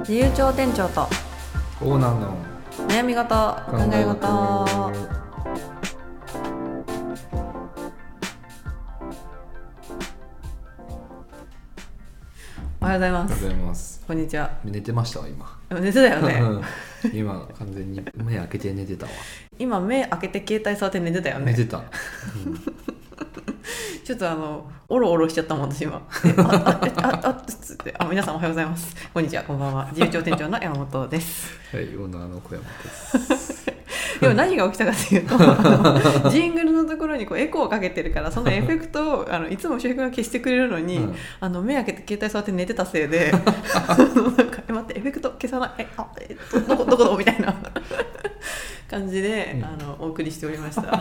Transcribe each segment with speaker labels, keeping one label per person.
Speaker 1: 自由帳店長と
Speaker 2: オーナーの
Speaker 1: 悩み事考え事。おはようございます。
Speaker 2: おはようございます。
Speaker 1: こんにちは。
Speaker 2: 寝てましたわ今。
Speaker 1: 寝てたよね
Speaker 2: 今完全に目開けて寝てたわ。
Speaker 1: 今目開けて携帯触って寝てたよね。
Speaker 2: 寝てた、
Speaker 1: ちょっとオロオロしちゃったもん私今っつって皆さんおはようございます、こんにちは、こんばんは。自由帳店長の山本です
Speaker 2: はい、オーナーの小山です
Speaker 1: でも何が起きたかというとジングルのところにこうエコーをかけてるから、そのエフェクトをいつも周平君が消してくれるのに、目開けて携帯触って寝てたせいでなんか待ってエフェクト消さないどこみたいな感じで、お送りしておりました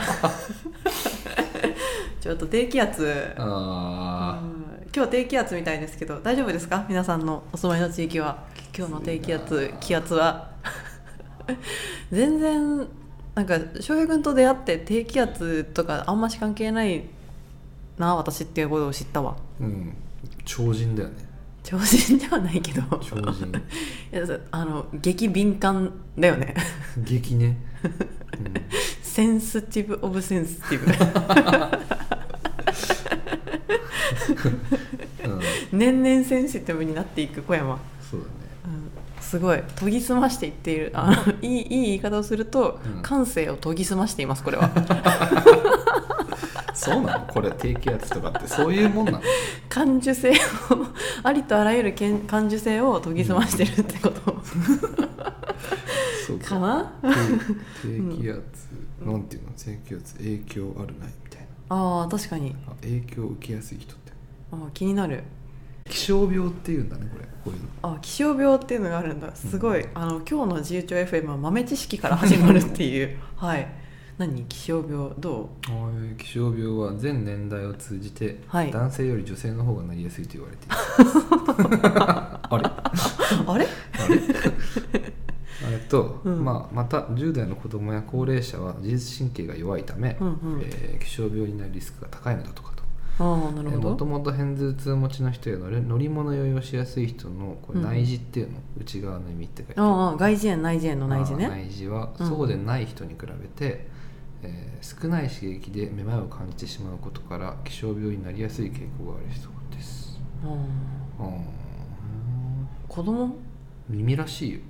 Speaker 1: ちょっと低気圧、今日は低気圧みたいですけど大丈夫ですか、皆さんのお住まいの地域は。今日の低気圧気圧は全然なんか翔平君と出会って低気圧とかあんまし関係ないな私っていうことを知ったわ。
Speaker 2: 超人だよね。
Speaker 1: 超人ではないけど
Speaker 2: 超人
Speaker 1: 激敏感だよね
Speaker 2: 激ね、
Speaker 1: センシティブオブセンシティブ年々センシティブになっていく小山。
Speaker 2: そうだね、
Speaker 1: すごい研ぎ澄ましていっている。いい言い方をすると、感性を研ぎ澄ましていますこれは
Speaker 2: そうなの。これ低気圧とかってそういうもんなの。
Speaker 1: 感受性をありとあらゆる感受性を研ぎ澄ましてるってこと、
Speaker 2: そう
Speaker 1: かな。
Speaker 2: 低気圧、なんていうの、低気圧影響あるないみたい
Speaker 1: な。確かに
Speaker 2: 影響を受けやすい人って、
Speaker 1: 気になる。
Speaker 2: 気象病っていうんだねこういうの。
Speaker 1: 気象病っていうのがあるんだ。すごい、今日の自由帳 FM は豆知識から始まるっていうはい。何気象病どう？
Speaker 2: 気象病は全年代を通じて、男性より女性の方がなりやすいと言われていますあれと、また10代の子供や高齢者は自律神経が弱いため、気象病になるリスクが高いのだとかと。もともと片頭痛持ちの人や乗り物酔いをしやすい人のこれ内耳っていうの、内側の意味って書いてある。
Speaker 1: 外耳炎内耳炎の内耳ね。
Speaker 2: 内耳はそうでない人に比べて、少ない刺激でめまいを感じてしまうことから気象病になりやすい傾向がある人です。
Speaker 1: 子供？
Speaker 2: 耳らしいよ。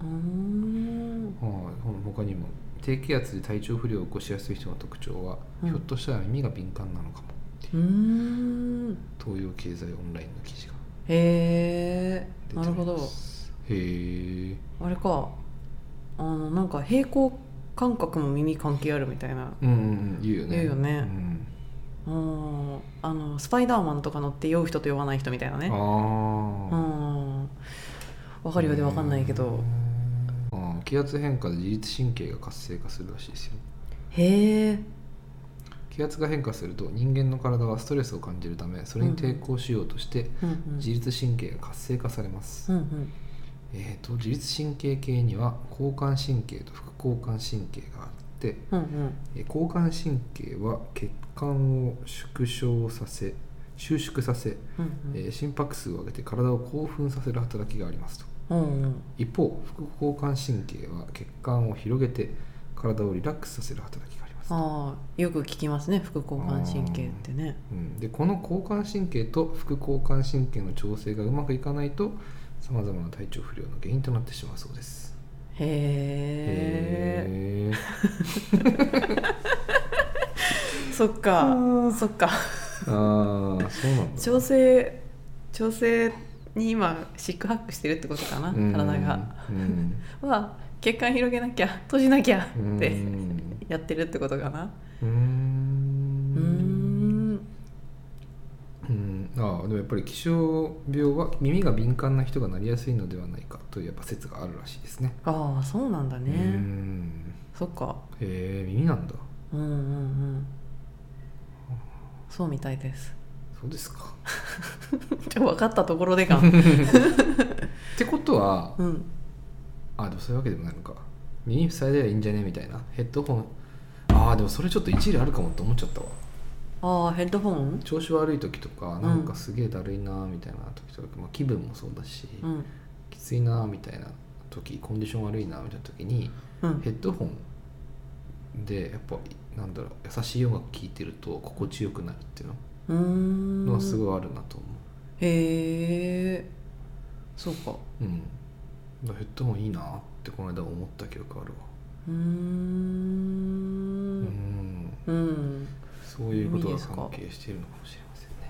Speaker 2: 他にも低気圧で体調不良を起こしやすい人の特徴は、ひょっとしたら耳が敏感なのかも。東洋経済オンラインの記事が。
Speaker 1: なるほど。あれか、なんか平行感覚も耳関係あるみたいな、
Speaker 2: 言うよね。
Speaker 1: 言うよね。スパイダーマンとか乗って酔う人と酔わない人みたいなね。わかるようでわかんないけど、
Speaker 2: 気圧変化で自律神経が活性化するらしいですよ。気圧が変化すると人間の体はストレスを感じるため、それに抵抗しようとして自律神経が活性化されます。自律神経系には交感神経と副交感神経があって、交感神経は血管を収縮させ、心拍数を上げて体を興奮させる働きがありますと。一方副交感神経は血管を広げて体をリラックスさせる働きがあります。
Speaker 1: よく聞きますね、副交感神経ってね。
Speaker 2: でこの交感神経と副交感神経の調整がうまくいかないとさまざまな体調不良の原因となってしまうそうです。
Speaker 1: そっか
Speaker 2: そうなんだ。
Speaker 1: 調整に今シックハックしてるってことかな、体が。血管広げなきゃ閉じなきゃってやってるってことかな。
Speaker 2: でもやっぱり気象病は耳が敏感な人がなりやすいのではないかというやっぱ説があるらしいですね。
Speaker 1: そうなんだね。そっか。
Speaker 2: 耳なんだ。
Speaker 1: そうみたいです。
Speaker 2: そうですか
Speaker 1: 分かったところでか
Speaker 2: ってことは、でもそういうわけでもないのか。耳塞いでりゃいいんじゃねみたいな。ヘッドホンでもそれちょっと一理あるかもって思っちゃったわ。
Speaker 1: ヘッドホン
Speaker 2: 調子悪い時とかなんかすげえだるいなみたいな時とか、気分もそうだし、 きついなみたいな時、コンディション悪いなみたいな時に、ヘッドホンでやっぱなんだろう、優しい音楽聴いてると心地よくなるっていうのはすごいあるなと思う。
Speaker 1: へえ、そうか。
Speaker 2: ヘッドホンいいなってこの間思った記憶あるわ。そういうことが関係しているのかもしれませんね。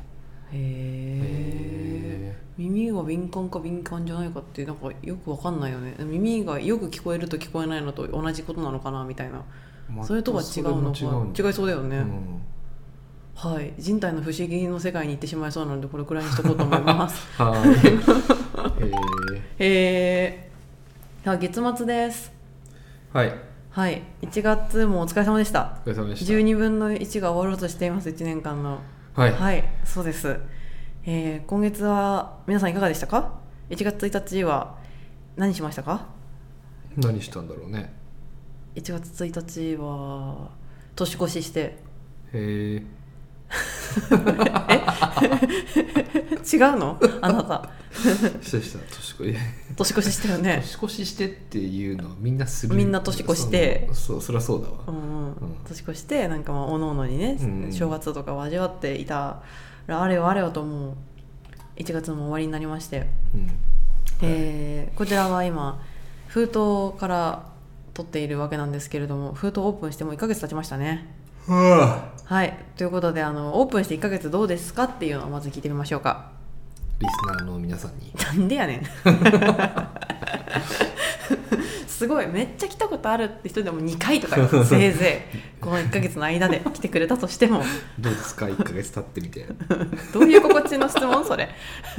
Speaker 1: へえ。耳が敏感か敏感じゃないかってなんかよくわかんないよね。耳がよく聞こえると聞こえないのと同じことなのかなみたいな、それとは違うのか、違いそうだよね。はい、人体の不思議の世界に行ってしまいそうなのでこれくらいにしとこうと思います月末です。
Speaker 2: はい
Speaker 1: はい、1月もお疲れ様でした。
Speaker 2: お疲れ様でした。
Speaker 1: 12分の1が終わろうとしています。1年間の。
Speaker 2: はい、
Speaker 1: はい、そうです。今月は皆さんいかがでしたか。1月1日は何しましたか。
Speaker 2: 何したんだろうね。
Speaker 1: 1月1日は年越しして。
Speaker 2: へえ
Speaker 1: 違うのあなた
Speaker 2: した
Speaker 1: 年越ししたよね。
Speaker 2: 年越ししてっていうのはみんなする。
Speaker 1: みんな年越して、
Speaker 2: そりゃそうだわ、
Speaker 1: 年越してなんかおのおのにね、正月とかを味わっていたらあれよあれよともう1月も終わりになりまして、こちらは今封筒から取っているわけなんですけれども、封筒オープンしてもう1ヶ月経ちましたね。はい、ということでオープンして1ヶ月どうですかっていうのをまず聞いてみましょうか。
Speaker 2: リスナーの皆さんに。
Speaker 1: なんでやねんすごい、めっちゃ来たことあるって人でも2回とかせいぜいこの1ヶ月の間で来てくれたとしても
Speaker 2: どうですか1ヶ月経ってみて
Speaker 1: どういう心地の質問それ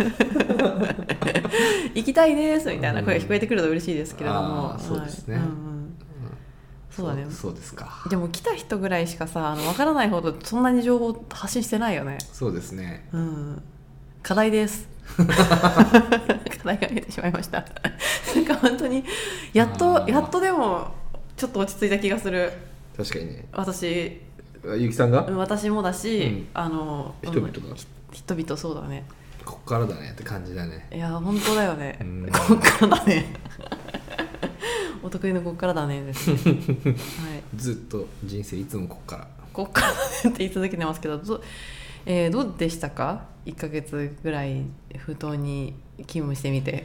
Speaker 1: 行きたいですみたいな声が聞こえてくると嬉しいですけれども、
Speaker 2: そうですね、
Speaker 1: そうだね。
Speaker 2: そうですか。
Speaker 1: でも来た人ぐらいしかさ分からないほどそんなに情報発信してないよね。
Speaker 2: そうですね、
Speaker 1: 課題です課題が見えてしまいましたなんか本当にやっとでもちょっと落ち着いた気がする。
Speaker 2: 確かにね。
Speaker 1: 私
Speaker 2: ゆきさんが
Speaker 1: 私もだし、
Speaker 2: 人々が
Speaker 1: 人々そうだね。
Speaker 2: こっからだねって感じだね。
Speaker 1: いや本当だよね、こっからだねお得意のこっからだねですね、はい、
Speaker 2: ずっと人生いつもこっから
Speaker 1: だねって言い続けてますけど、どうでしたか1ヶ月ぐらい封筒に勤務してみて。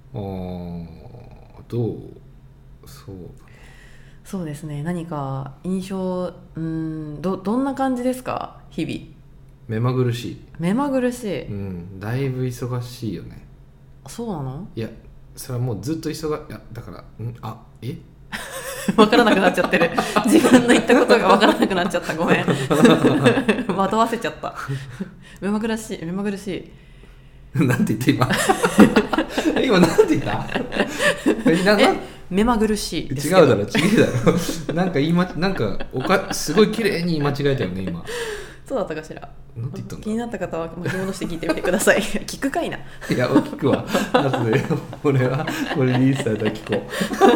Speaker 1: そうですね、何か印象どんな感じですか日々。
Speaker 2: 目まぐるしい。だいぶ忙しいよね。
Speaker 1: そうなの。
Speaker 2: いやそれはもうずっとだから
Speaker 1: 分からなくなっちゃってる自分の言ったことが分からなくなっちゃった、ごめん惑わせちゃった目まぐるしい
Speaker 2: なんて言って今なんて言った
Speaker 1: 目まぐるしいです
Speaker 2: けど。違うだろなんかすごい綺麗に言い間違えたよね今。
Speaker 1: そうだったかしら。
Speaker 2: なんて言ったんだ。
Speaker 1: 気になった方は巻き戻して聞いてみてください聞くかいな。
Speaker 2: いや聞くわ後で俺はこれリリースされたら聞こ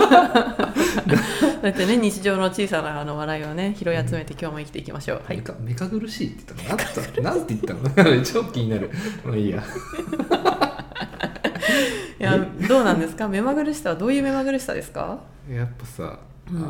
Speaker 1: うだってね、日常の小さな笑いをね拾い集めて今日も生きていきましょう。はい、
Speaker 2: 目かぐるしいって言ったのなんて言ったの超気になる。まあいいや
Speaker 1: いやどうなんですか目まぐるしさは。どういう目まぐるしさですか。
Speaker 2: やっぱさ、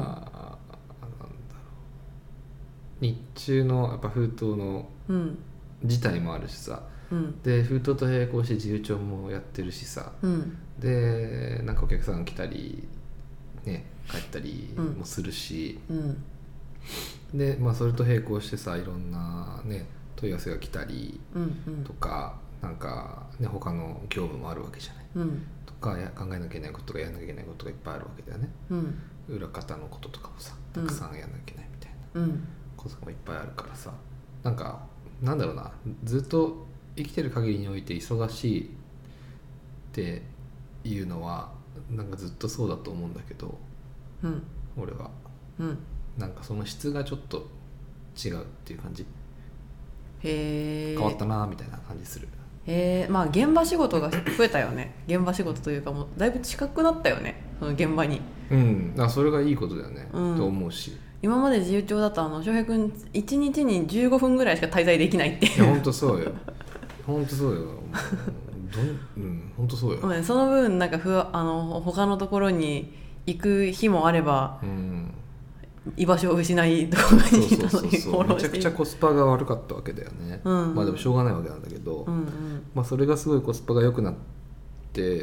Speaker 2: 日中のやっぱ封筒の自体もあるしさ、で封筒と並行して自由帳もやってるしさ、でなんかお客さん来たりね帰ったりもするし、でそれと並行してさいろんなね問い合わせが来たりとか、なんかね他の業務もあるわけじゃない、とか考えなきゃいけないこととかやんなきゃいけないことがいっぱいあるわけだよね、裏方のこととかもさたくさんやんなきゃいけないみたいなこともいっぱいあるからさ、なんだろうな、ずっと生きてる限りにおいて忙しいっていうのはなんかずっとそうだと思うんだけど、俺は、なんかその質がちょっと違うっていう感じ。変わったなみたいな感じする。
Speaker 1: 現場仕事が増えたよね現場仕事というかもうだいぶ近くなったよねその現場に。
Speaker 2: それがいいことだよね、と思うし。
Speaker 1: 今まで自由帳だと翔平君1日に15分ぐらいしか滞在できないっていう。
Speaker 2: いや本当そうよ本当そうよ、
Speaker 1: その分なんか他のところに行く日もあれば、居場所を失いどこかにいたのにフォローして、
Speaker 2: めちゃくちゃコスパが悪かったわけだよね、まあでもしょうがないわけなんだけど、まあ、それがすごいコスパが良くなって、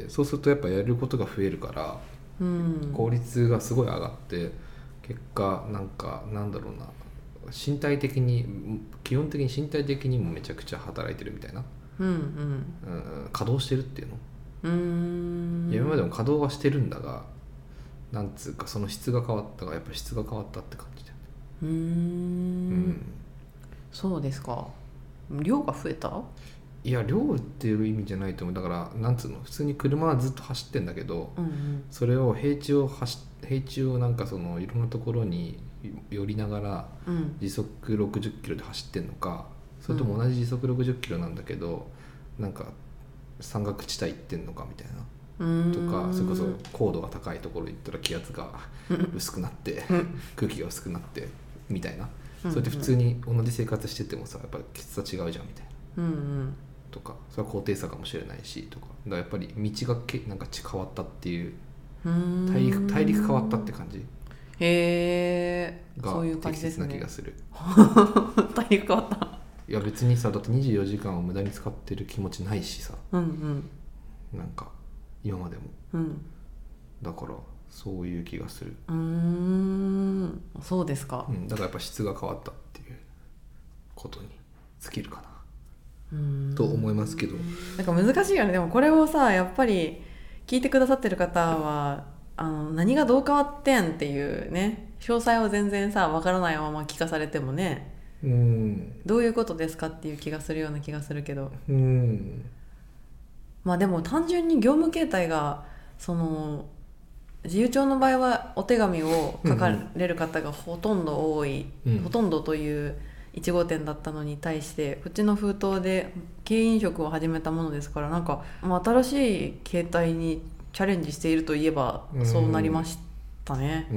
Speaker 2: そうするとやっぱやることが増えるから、効率がすごい上がって、結果なんだろうな、身体的に基本的に身体的にもめちゃくちゃ働いてるみたいな、稼働してるっていうの、今までも稼働はしてるんだが、なんつうかその質が変わったが、やっぱ質が変わったって感じだよね。
Speaker 1: そうですか。量が増えた？
Speaker 2: いや、量っていう意味じゃないと思う。だからなんつうの、普通に車はずっと走ってんだけど、それを平地をなんかそのいろんなところに寄りながら時速60キロで走ってんのか、それとも同じ時速60キロなんだけど、なんか山岳地帯行ってんのかみたいな。とか、それこそ高度が高いところ行ったら気圧が薄くなって空気が薄くなってみたいな、それって普通に同じ生活しててもさ、やっぱり質は違うじゃんみたいな、とか、それは高低差かもしれないしとか、だからやっぱり道がなんか変わったっていう、大陸変わったって感じが適切な気がする。
Speaker 1: 大陸変わった。
Speaker 2: いや別にさ、だって24時間を無駄に使ってる気持ちないしさ、なんか今までも、だからそういう気がする。
Speaker 1: そうですか、
Speaker 2: だからやっぱ質が変わったっていうことに尽きるかなと思いますけど、
Speaker 1: なんか難しいよね。でもこれをさ、やっぱり聞いてくださってる方は何がどう変わってんっていうね、詳細を全然さ分からないまま聞かされてもね、どういうことですかっていう気がするような気がするけど、まあでも単純に業務形態が、その自由帳の場合はお手紙を書かれる方がほとんど多い、ほとんどという1号店だったのに対して、うちの封筒で経営飲食を始めたものですから、なんか、新しい形態にチャレンジしているといえばそうなりましたね。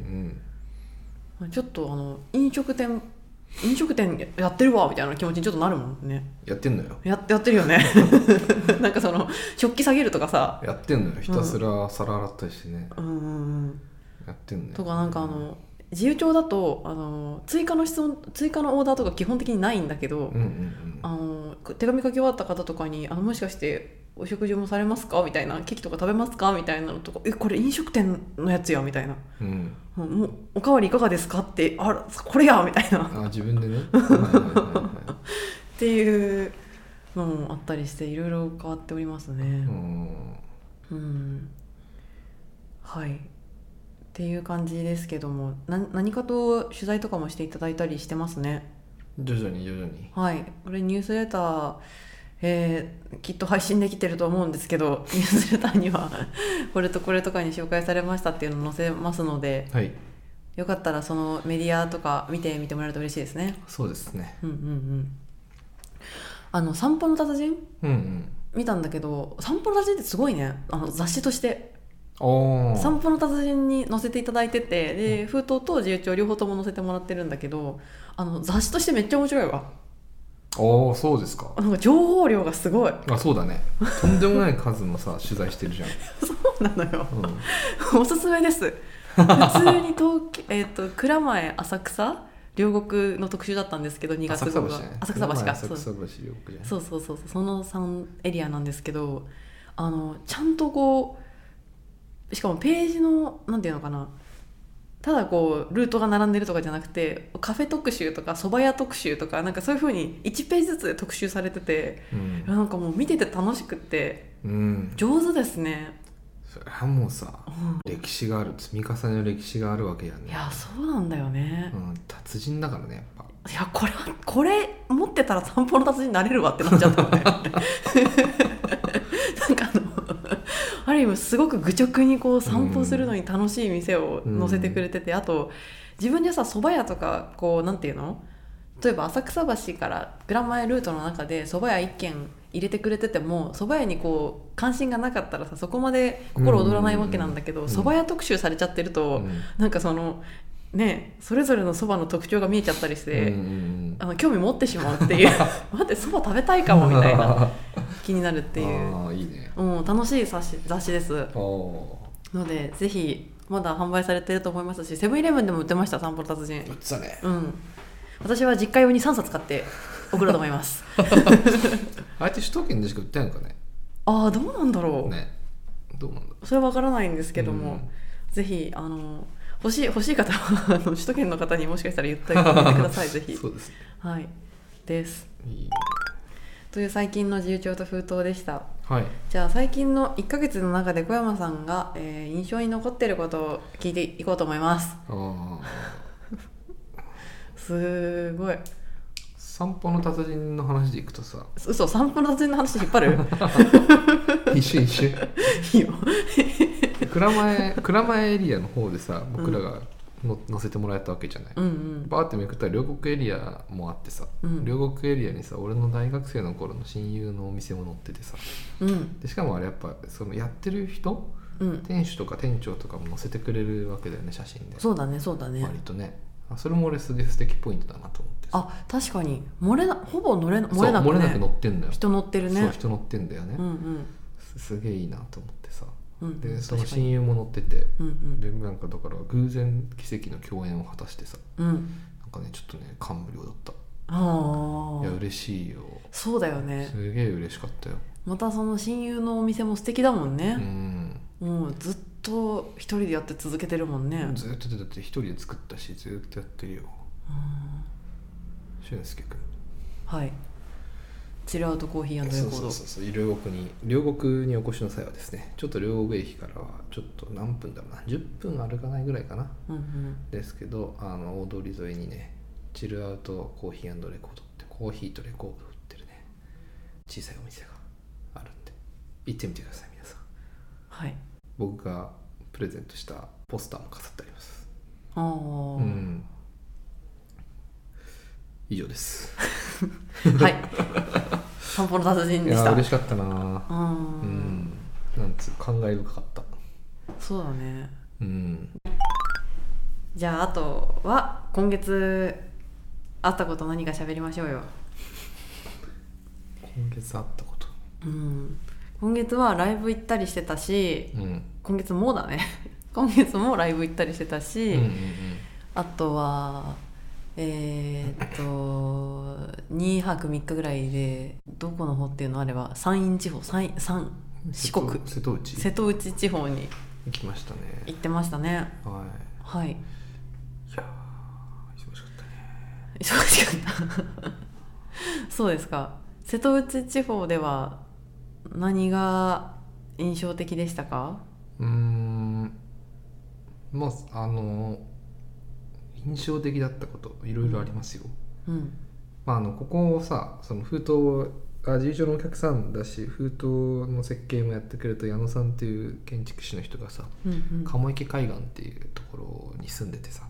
Speaker 1: ちょっと飲食店やってるわみたいな気持ちにちょっとなるもんね。
Speaker 2: やってんのよ。
Speaker 1: やってるよね。なんかその食器下げるとかさ、
Speaker 2: やってんのよ。ひたすら皿洗ったりしてね、やってんのよ。
Speaker 1: とか、なんか自由帳だと追加のオーダーとか基本的にないんだけど、手紙書き終わった方とかにもしかしてお食事もされますかみたいな、ケーキとか食べますかみたいなのとか、これ飲食店のやつやみたいな、もうおかわりいかがですかって、これやみたいな、
Speaker 2: 自分でね
Speaker 1: っていうのもあったりして、いろいろ変わっておりますね。はいっていう感じですけども、何かと取材とかもしていただいたりしてますね。
Speaker 2: 徐々に。
Speaker 1: はい、これニュースレター、きっと配信できてると思うんですけど、ニュースレターにはこれとこれとかに紹介されましたっていうのを載せますので、よかったらそのメディアとか見てもらえると嬉しいですね。
Speaker 2: そうですね。
Speaker 1: 散歩の達人、見たんだけど、散歩の達人ってすごいね、雑誌として散歩の達人に載せていただいてて、で封筒と自由帳両方とも載せてもらってるんだけど、雑誌としてめっちゃ面白いわ。
Speaker 2: そうですか。
Speaker 1: なんか情報量がすごい。
Speaker 2: そうだね。とんでもない数のさ取材してるじゃん。
Speaker 1: そうなのよ、おすすめです。普通に蔵前浅草両国の特集だったんですけど、2月号が浅草橋か、そうその3エリアなんですけど、ちゃんとこう、しかもページのなんていうのかな、ただこうルートが並んでるとかじゃなくて、カフェ特集とか蕎麦屋特集とか、なんかそういう風に1ページずつ特集されてて、なんかもう見てて楽しくって、上手ですね。
Speaker 2: それはもうさ、歴史がある、積み重ねの歴史があるわけやね。
Speaker 1: いや、そうなんだよね、
Speaker 2: 達人だからね、やっぱ。
Speaker 1: いや、これ持ってたら散歩の達人になれるわってなっちゃったのね。なんかある意味すごく愚直にこう散歩するのに楽しい店を載せてくれてて、あと自分でさ、蕎麦屋とかこう、なんていうの、例えば浅草橋から蔵前ルートの中で蕎麦屋1軒入れてくれてても、蕎麦屋にこう関心がなかったらさ、そこまで心躍らないわけなんだけど、蕎麦屋特集されちゃってると、なんかそのね、それぞれの蕎麦の特徴が見えちゃったりして、興味持ってしまうっていう待って、蕎麦食べたいかもみたいな気になるっていう。
Speaker 2: いいね。
Speaker 1: 楽しい雑誌ですので、ぜひまだ販売されてると思いますし、セブンイレブンでも売ってました。散歩の達人
Speaker 2: 売ってたね。
Speaker 1: 私は実家用に3冊買って送ろうと思います
Speaker 2: あれって首都圏でしか売ってないのかね。
Speaker 1: どうなんだろう
Speaker 2: ね。どうなんだろう。
Speaker 1: それは分からないんですけども、ぜひ欲しい方は首都圏の方にもしかしたら言ってくださいぜひ。
Speaker 2: そうですね。
Speaker 1: はいです
Speaker 2: いい
Speaker 1: という最近の自由帳と封筒でした。
Speaker 2: はい。
Speaker 1: じゃあ最近の1ヶ月の中で小山さんが、印象に残っていることを聞いていこうと思います。すごい。
Speaker 2: 散歩の達人の話でいくとさ、
Speaker 1: 嘘、散歩の達人の話引っ張る
Speaker 2: 一瞬
Speaker 1: いいよ
Speaker 2: 蔵前エリアの方でさ、僕らが乗せてもらえたわけじゃない、バーってめくったら両国エリアもあってさ、両国エリアにさ、俺の大学生の頃の親友のお店も載っててさ、でしかもあれやっぱそのやってる人、店主とか店長とかも載せてくれるわけだよね、写真で。
Speaker 1: そうだね
Speaker 2: 割とね、それも俺すげえ素敵ポイントだなと思ってさ。
Speaker 1: 確かにほぼ漏れなくね、
Speaker 2: 漏れなく乗ってんだよ。
Speaker 1: 人乗ってるね。
Speaker 2: そう、人乗ってんだよね、すげえいいなと思ってさ、でその親友も乗ってて、でなんかだから偶然奇跡の共演を果たしてさ、なんかねちょっとね感無量だった。いや嬉しいよ。
Speaker 1: そうだよね。
Speaker 2: すげえ嬉しかったよ。
Speaker 1: またその親友のお店も素敵だもんね。もうずっと一人でやって続けてるもんね。
Speaker 2: ずっとだって一人で作ったし、ずっとやってるよ。俊介君。はい。
Speaker 1: チルアウトコーヒー&レコード。
Speaker 2: そう両国にお越しの際はですね、ちょっと両国駅からはちょっと何分だろうな、10分歩かないぐらいかな、ですけど、大通り沿いにね、チルアウトコーヒー&レコードってコーヒーとレコード売ってるね小さいお店があるんで、行ってみてください皆さん。
Speaker 1: はい。
Speaker 2: 僕がプレゼントしたポスターも飾ってあります。以上です
Speaker 1: はい散歩の達人でした。
Speaker 2: いや嬉しかったな。なんつう感慨深かった。
Speaker 1: そうだね。じゃああとは今月あったこと何か喋りましょうよ。
Speaker 2: 今月あったこと、
Speaker 1: 今月はライブ行ったりしてたし、今月もだね今月もライブ行ったりしてたし、あとは2泊3日ぐらいでどこの方っていうのあれば山陰地方、四国瀬戸内地方に
Speaker 2: 行きましたね。
Speaker 1: 行ってましたね。はい。い
Speaker 2: や忙しかったね。
Speaker 1: 忙しかったそうですか。瀬戸内地方では何が印象的でしたか？
Speaker 2: まあ印象的だったこといろいろありますよ。ここをさ、その封筒自由帳のお客さんだし、封筒の設計もやってくれた矢野さんっていう建築士の人がさ、鴨池海岸っていうところに住んでてさ、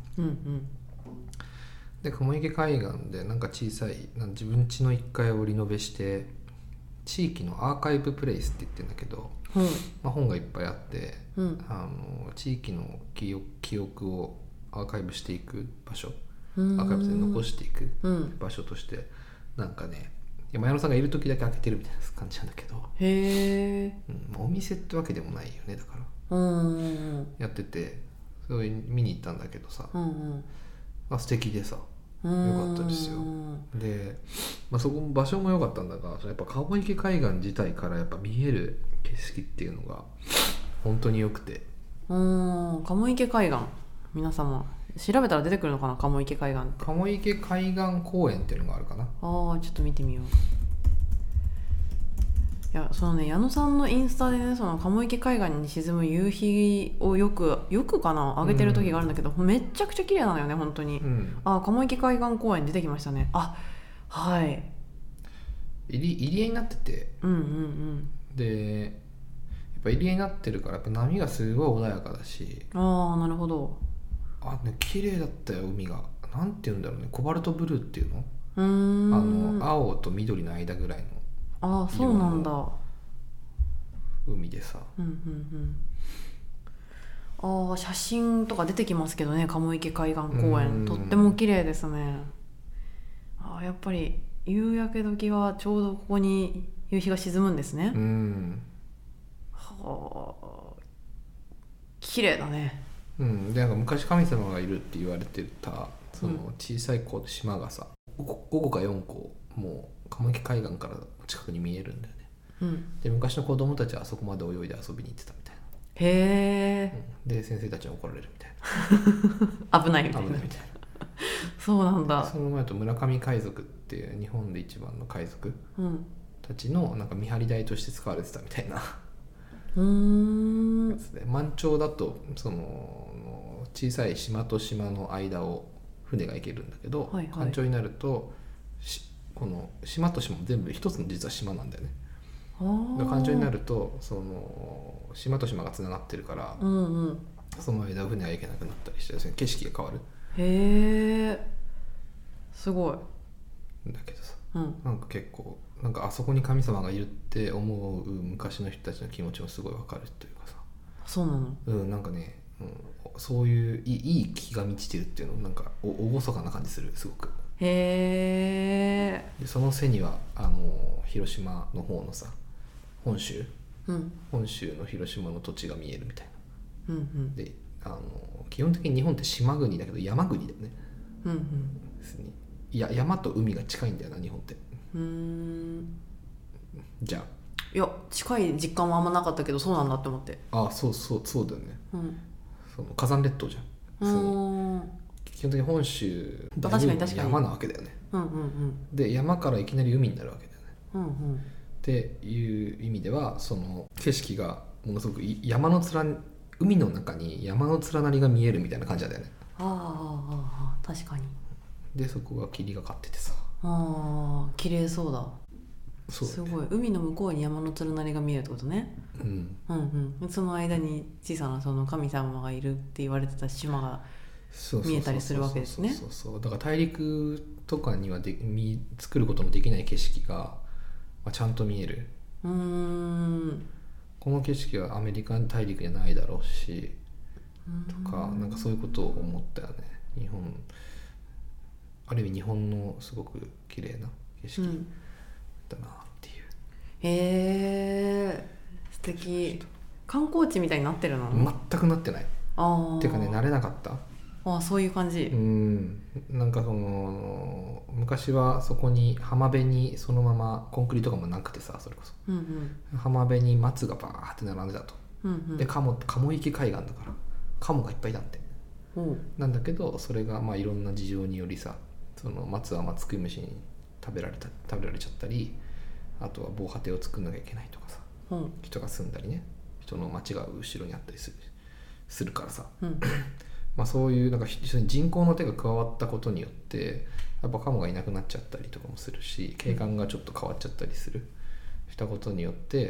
Speaker 2: で鴨池海岸でなんか小さい自分家の1階をリノベして地域のアーカイブプレイスって言ってるんだけど、本がいっぱいあって、地域の記憶をアーカイブしていく場所、アーカイブで残していく場所として、なんかね、矢野さんがいる時だけ開けてるみたいな感じなんだけど、お店ってわけでもないよね、だからやってて、それ見に行ったんだけどさ、素敵でさ、よかったですよ。で、そこも場所も良かったんだが、やっぱ鴨池海岸自体からやっぱ見える景色っていうのが本当に良くて。
Speaker 1: 鴨池海岸、皆様調べたら出てくるのかな、鴨池海岸って。
Speaker 2: 鴨池海岸公園っていうのがあるかな。
Speaker 1: ちょっと見てみよう。いや、そのね、矢野さんのインスタでね、その鴨池海岸に沈む夕日をよくかな上げてる時があるんだけど、めっちゃくちゃ綺麗なのよね、本当に。鴨池海岸公園出てきましたね。はい。
Speaker 2: 入り江になってて、でやっぱ入り江になってるからやっぱ波がすごい穏やかだし、
Speaker 1: なるほど。
Speaker 2: 綺麗だったよ、海が。なんていうんだろうね、コバルトブルーっていうの、青と緑の間ぐらいの
Speaker 1: そうなんだ。
Speaker 2: 海でさ、
Speaker 1: 写真とか出てきますけどね、鴨池海岸公園とっても綺麗ですね。やっぱり夕焼け時はちょうどここに夕日が沈むんですね。はあ、綺麗だね。
Speaker 2: でなんか昔神様がいるって言われてたその小さい島がさ、5個か4個もう鴨池海岸から近くに見えるんだよね。で昔の子供たちはあそこまで泳いで遊びに行ってたみたいな。
Speaker 1: へえ、
Speaker 2: で先生たちに怒られるみたいな。
Speaker 1: 危ないみたいな。そうなんだ。
Speaker 2: その前と村上海賊っていう日本で一番の海賊たちのなんか見張り台として使われてたみたいなやつで、満潮だとその小さい島と島の間を船が行けるんだけど、干潮になるとこの島と島も全部一つの実は島なんだよね。干潮になるとその島と島がつながってるから、その間船が行けなくなったりして景色が変わる。
Speaker 1: へえ、すごい。
Speaker 2: だけどさ、なんか結構なんかあそこに神様がいるって思う昔の人たちの気持ちもすごいわかるというかさ。
Speaker 1: そうなの？
Speaker 2: なんかね、そういういい気が満ちてるっていうのなんか厳かな感じする、すごく。
Speaker 1: へえ。
Speaker 2: でその背には広島の方のさ本州の広島の土地が見えるみたいな。で基本的に日本って島国だけど山国だよね。いや山と海が近いんだよな日本って。じゃあ
Speaker 1: いや近い実感はあんまなかったけどそうなんだって思って。
Speaker 2: そうだよね。その火山列島じゃん。基本的に本州大部分山なわけだよね。で山からいきなり海になるわけだよね。っていう意味ではその景色がものすごく海の中に山の連なりが見えるみたいな感じだよね。
Speaker 1: 確かに。
Speaker 2: でそこが霧がかっててさ、
Speaker 1: 綺麗そうだ。
Speaker 2: そうだね、
Speaker 1: すごい。海の向こうに山の連なりが見えるってことね。その間に小さなその神様がいるって言われてた島が見えたりするわけですね。
Speaker 2: だから大陸とかには作ることのできない景色が、ちゃんと見える。この景色はアメリカ大陸にはないだろうしとか、なんかそういうことを思ったよね。ある意味日本のすごく綺麗な景色だなっていう。
Speaker 1: へえ、素敵。観光地みたいになってるの？
Speaker 2: 全くなってない。っていうかね、慣れなかった。
Speaker 1: そういう感じ。
Speaker 2: なんかその昔はそこに浜辺にそのままコンクリとかもなくてさ、それこそ、浜辺に松がバーって並んでたと。で鴨池海岸だから鴨がいっぱいいたんで、なんだけどそれがいろんな事情によりさ、その松は松食い虫に食べられちゃったり、あとは防波堤を作んなきゃいけないとかさ、人が住んだりね、人の町が後ろにあったりするからさ、そういうなんか人口の手が加わったことによってやっぱカモがいなくなっちゃったりとかもするし、景観がちょっと変わっちゃったりしたことによって、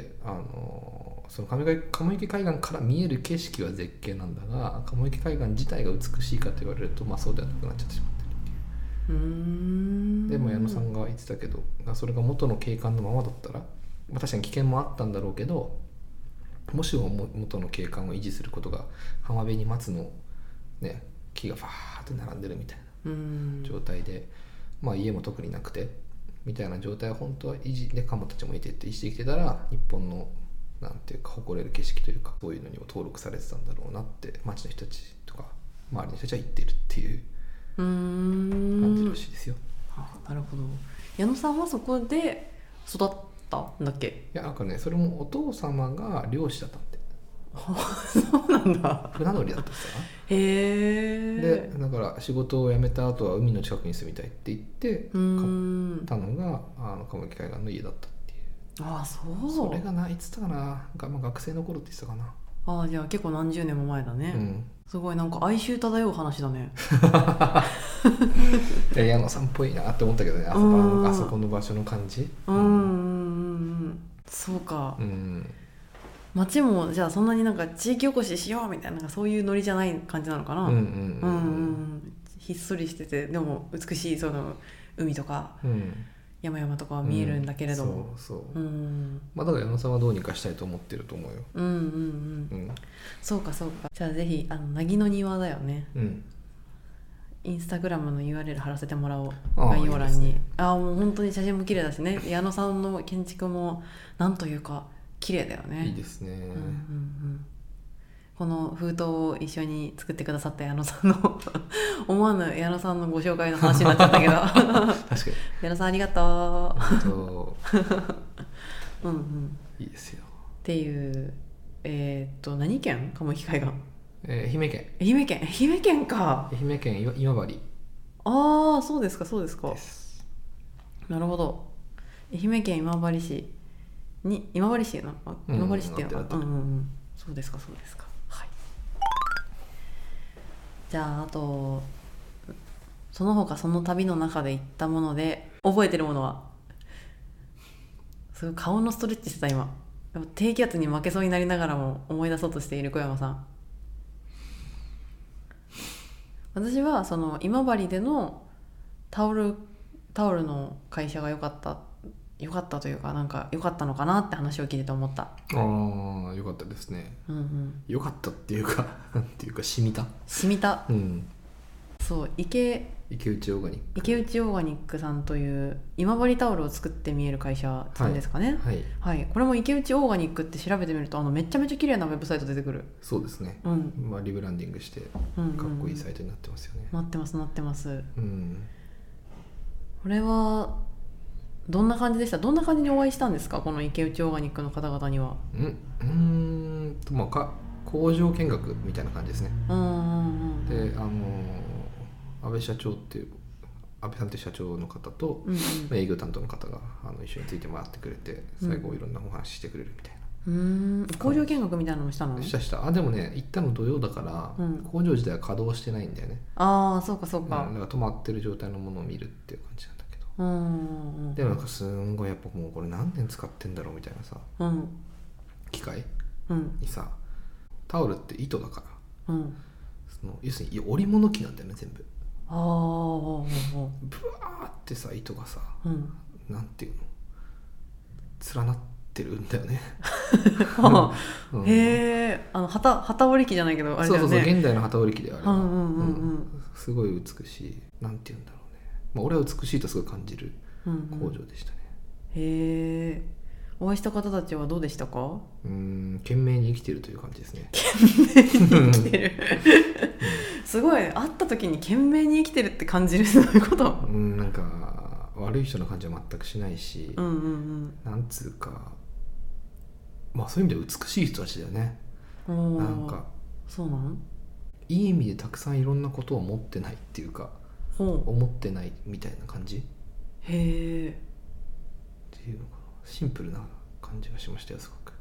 Speaker 2: その鴨池海岸から見える景色は絶景なんだが、鴨池海岸自体が美しいかと言われるとそうではなくなっちゃってしまってるっていう。でも矢野さんが言ってたけど、それが元の景観のままだったら、確かに危険もあったんだろうけど、もしも元の景観を維持することが浜辺に松のね、木がファーって並んでるみたいな状態で、家も特になくてみたいな状態は本当は維持で、カモたちもいてって維持できてたら、日本のなんていうか誇れる景色というか、そういうのにも登録されてたんだろうなって町の人たちとか周りの人たちは言ってるっていう感じらしいですよ。
Speaker 1: なるほど。矢野さんはそこで育ったんだっけ？
Speaker 2: いや、なんかね、それもお父様が漁師だったんで。
Speaker 1: そうなんだ。
Speaker 2: 船乗りだったさ。
Speaker 1: へえ。
Speaker 2: でだから仕事を辞めた後は海の近くに住みたいって言って買ったのが鴨池海岸の家だったっていう。それがいつったかな、学生の頃って言ってたかな。
Speaker 1: じゃあ結構何十年も前だね。すごいなんか哀愁漂う話だね。
Speaker 2: 矢野さんっぽいなって思ったけどね、あそこの場所の感じ。
Speaker 1: そうか。町もじゃあそんなになんか地域おこししようみたいな、そういうノリじゃない感じなのかな。ひっそりしててでも美しいその海とか、山々とかは見えるんだけれども、だから矢野さんはどうにかしたいと思ってると思うよ。そうか。じゃあぜひ凪の庭だよね。 インスタグラムの URL 貼らせてもらおう、
Speaker 2: あ
Speaker 1: 概要欄に。
Speaker 2: いいですね。
Speaker 1: もう本当に写真も綺麗だしね、矢野さんの建築もなんというか綺麗だよね。
Speaker 2: いいですね、
Speaker 1: この封筒を一緒に作ってくださった矢野さんの思わぬ矢野さんのご紹介の話になっちゃったけど
Speaker 2: 確かに
Speaker 1: 矢野さんありがとう
Speaker 2: いいですよ。
Speaker 1: っていう、何県？鴨岐海岸。
Speaker 2: 愛媛県。
Speaker 1: 愛媛県か。
Speaker 2: 愛媛県今治。
Speaker 1: ああ、そうですかそうですか。
Speaker 2: です。
Speaker 1: なるほど。愛媛県今治市に、今治市な、今治市っていうのかな。そうですかそうですか。はい。じゃああとその他その旅の中で行ったもので覚えてるものは、すごい顔のストレッチしてた今。低気圧に負けそうになりながらも思い出そうとしている小山さん。私はその今治でのタオルの会社が良かったというか、なんか良かったのかなって話を聞いてて思った。
Speaker 2: ああ、良かったですね。良かったっていうかなんていうか染みた。そう、池内オーガニックさんという今治タオルを作って見える会社さんですかね。はい、これも池内オーガニックって調べてみるとめちゃめちゃ綺麗なウェブサイト出てくる。 そうですね、リブランディングしてかっこいいサイトになってますよね。
Speaker 1: なってます、これはどんな感じでした？どんな感じにお会いしたんですか、この池内オーガニックの方々には。
Speaker 2: 工場見学みたいな感じですね。で安倍さんっていう社長の方と、営業担当の方が一緒について回ってくれて、最後いろんなお話してくれるみたいな。
Speaker 1: 工場見学みたいなのもしたの？
Speaker 2: したでもね、行ったの土曜だから、工場自体は稼働してないんだよね。
Speaker 1: ああ、そうか
Speaker 2: だから止まってる状態のものを見るっていう感じなんだけど、でもなんかすんごいやっぱもうこれ何年使ってんだろうみたいなさ、機械にさ、タオルって糸だから、要するに織物機なんだよね全部。ブワーってさ、糸がさ、なんていうの、連なってるんだよね
Speaker 1: へえ、機織り機じゃないけどあれだよね。
Speaker 2: そう現代の機織り機であれば、すごい美しい、なんていうんだろうね、俺は美しいとすごい感じる工場でしたね。
Speaker 1: へえ、お会いした方たちはどうでしたか？
Speaker 2: 懸命に生きてるという感じですね。
Speaker 1: 懸命に生きてるすごい、会った時に懸命に生きてるって感じる。そういうこと。
Speaker 2: なんか悪い人の感じは全くしないし、なんつうか、そういう意味では美しい人たちだよね。なんか
Speaker 1: そうなの？
Speaker 2: いい意味でたくさんいろんなことを持ってないっていうか、思ってないみたいな感じ。
Speaker 1: へえ。
Speaker 2: っていうのかな、シンプルな感じがしましたよ、すごく。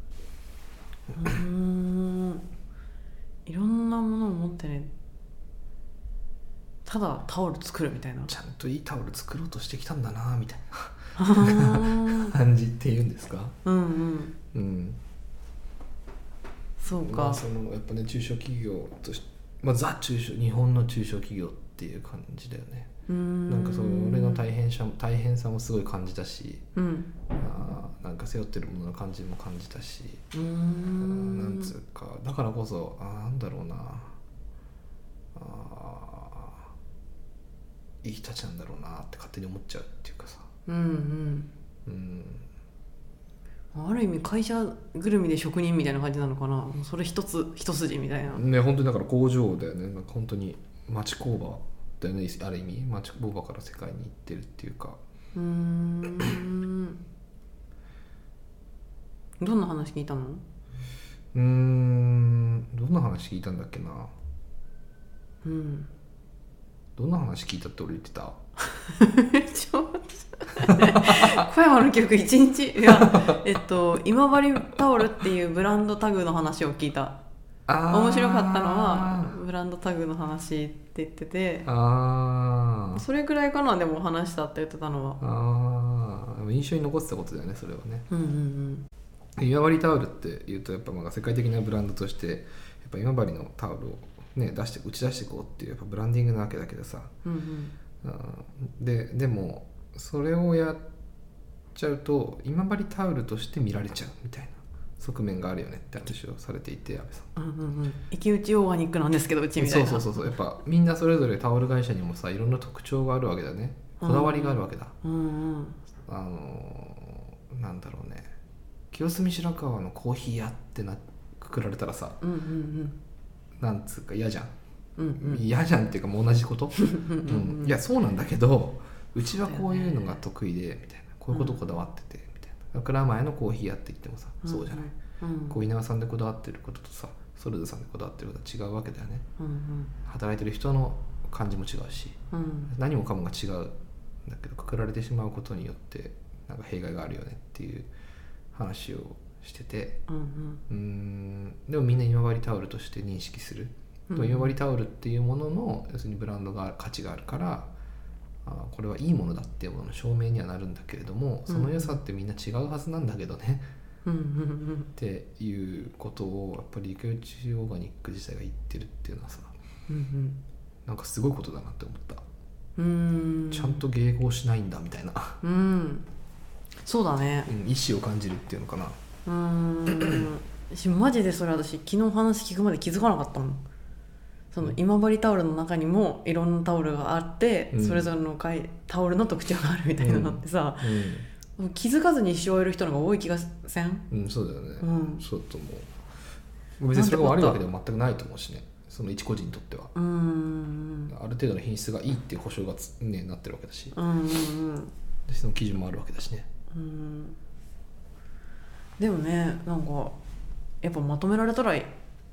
Speaker 1: いろんなものを持ってね、ただタオル作るみたいな。
Speaker 2: ちゃんといいタオル作ろうとしてきたんだなみたいな感じっていうんですか。そうか。やっぱね、中小企業として、日本の中小企業っていう感じだよね。なんかそれの大変さもすごい感じたし、なんか背負ってるものの感じも感じたし、なんつうか、だからこそなんだろうな、いい人たちなんだろうなって勝手に思っちゃうっていうかさ。
Speaker 1: ある意味会社ぐるみで職人みたいな感じなのかな。それ一筋みたいな
Speaker 2: ね。本当にだから工場だよね。なんか本当に町工場だよね、ある意味。町工場から世界に行ってるっていうか。
Speaker 1: どんな話聞いたの？
Speaker 2: どんな話聞いたんだっけな。どんな話聞いたって俺言ってた
Speaker 1: 小山の記憶一日、今治タオルっていうブランドタグの話を聞いた。面白かったのはブランドタグの話って言ってて、それぐらいかな。でも話したって言ってたの
Speaker 2: は印象に残ってたことだよね、それはね。今治タオルっていうとやっぱ世界的なブランドとしてやっぱ今治のタオルをね打ち出していこうっていうやっぱブランディングなわけだけどさ、でもそれをやっちゃうと今治タオルとして見られちゃうみたい側面があるよねって話をされていて、安倍さん、
Speaker 1: 駅打ちオーガニックなんですけどうちみたいな。
Speaker 2: そうやっぱみんなそれぞれタオル会社にもさいろんな特徴があるわけだね、こだわりがあるわけだ、なんだろうね、清澄白河のコーヒー屋ってくくられたらさ、なんつうか嫌じゃん、嫌じゃんっていうかもう同じこと、いやそうなんだけど、うちはこういうのが得意でみたいな、こういうことこだわっててみたいな、蔵前のコーヒー屋って言ってもさ、そうじゃない、こう稲葉さんでこだわってることとさソルドさんでこだわってることは違うわけだよね、働いてる人の感じも違うし、何もかもが違うんだけどくくられてしまうことによってなんか弊害があるよねっていう話をしてて、でもみんな今治タオルとして認識する、今治タオルっていうものの要するにブランドが価値があるからこれはいいものだっていうものの証明にはなるんだけれども、その良さってみんな違うはずなんだけどね、っていうことをやっぱり池内オーガニック自体が言ってるっていうのはさ、なんかすごいことだなって思った。ちゃんと迎合しないんだみたいな、
Speaker 1: そうだね、
Speaker 2: 意思を感じるっていうのかな。
Speaker 1: マジでそれ私昨日話聞くまで気づかなかったもん。その今治タオルの中にもいろんなタオルがあって、それぞれのタオルの特徴があるみたいなのってさ、気づかずに一生終える人の方が多い気がせん？
Speaker 2: そうだよね、そうだと思う。別にそれが悪いわけでも全くないと思うしね、その一個人にとってはある程度の品質がいいっていう保証がなってるわけだし、でその基準もあるわけだしね。
Speaker 1: でもね、なんかやっぱまとめられたらま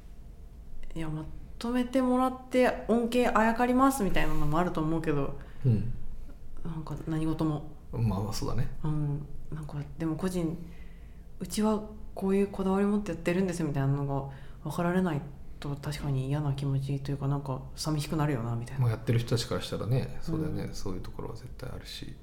Speaker 1: とめてもらって恩恵あやかりますみたいなのもあると思うけど、なんか何事も
Speaker 2: まあそうだね、
Speaker 1: なんかでもうちはこういうこだわり持ってやってるんですみたいなのが分かられないと確かに嫌な気持ちというか、なんか寂しくなるよなみたいな。
Speaker 2: やってる人たちからしたらね、そうだよね、そういうところは絶対あるし、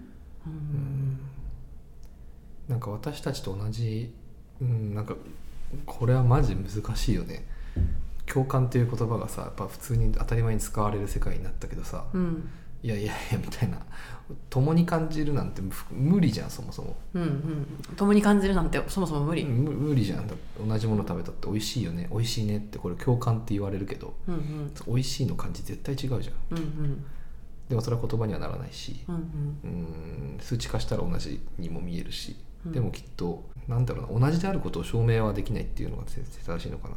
Speaker 2: なんか私たちと同じ、なんかこれはマジ難しいよね。共感っていう言葉がさやっぱ普通に当たり前に使われる世界になったけどさ、いやみたいな、共に感じるなんて無理じゃんそもそも。
Speaker 1: 共に感じるなんてそもそも無理、
Speaker 2: 無理じゃん。同じもの食べたって美味しいよね、美味しいねってこれ共感って言われるけど、美味しいの感じ絶対違うじゃん、でもそれは言葉にはならないし、数値化したら同じにも見えるし、でもきっとなんだろうな、同じであることを証明はできないっていうのが正しいのかな、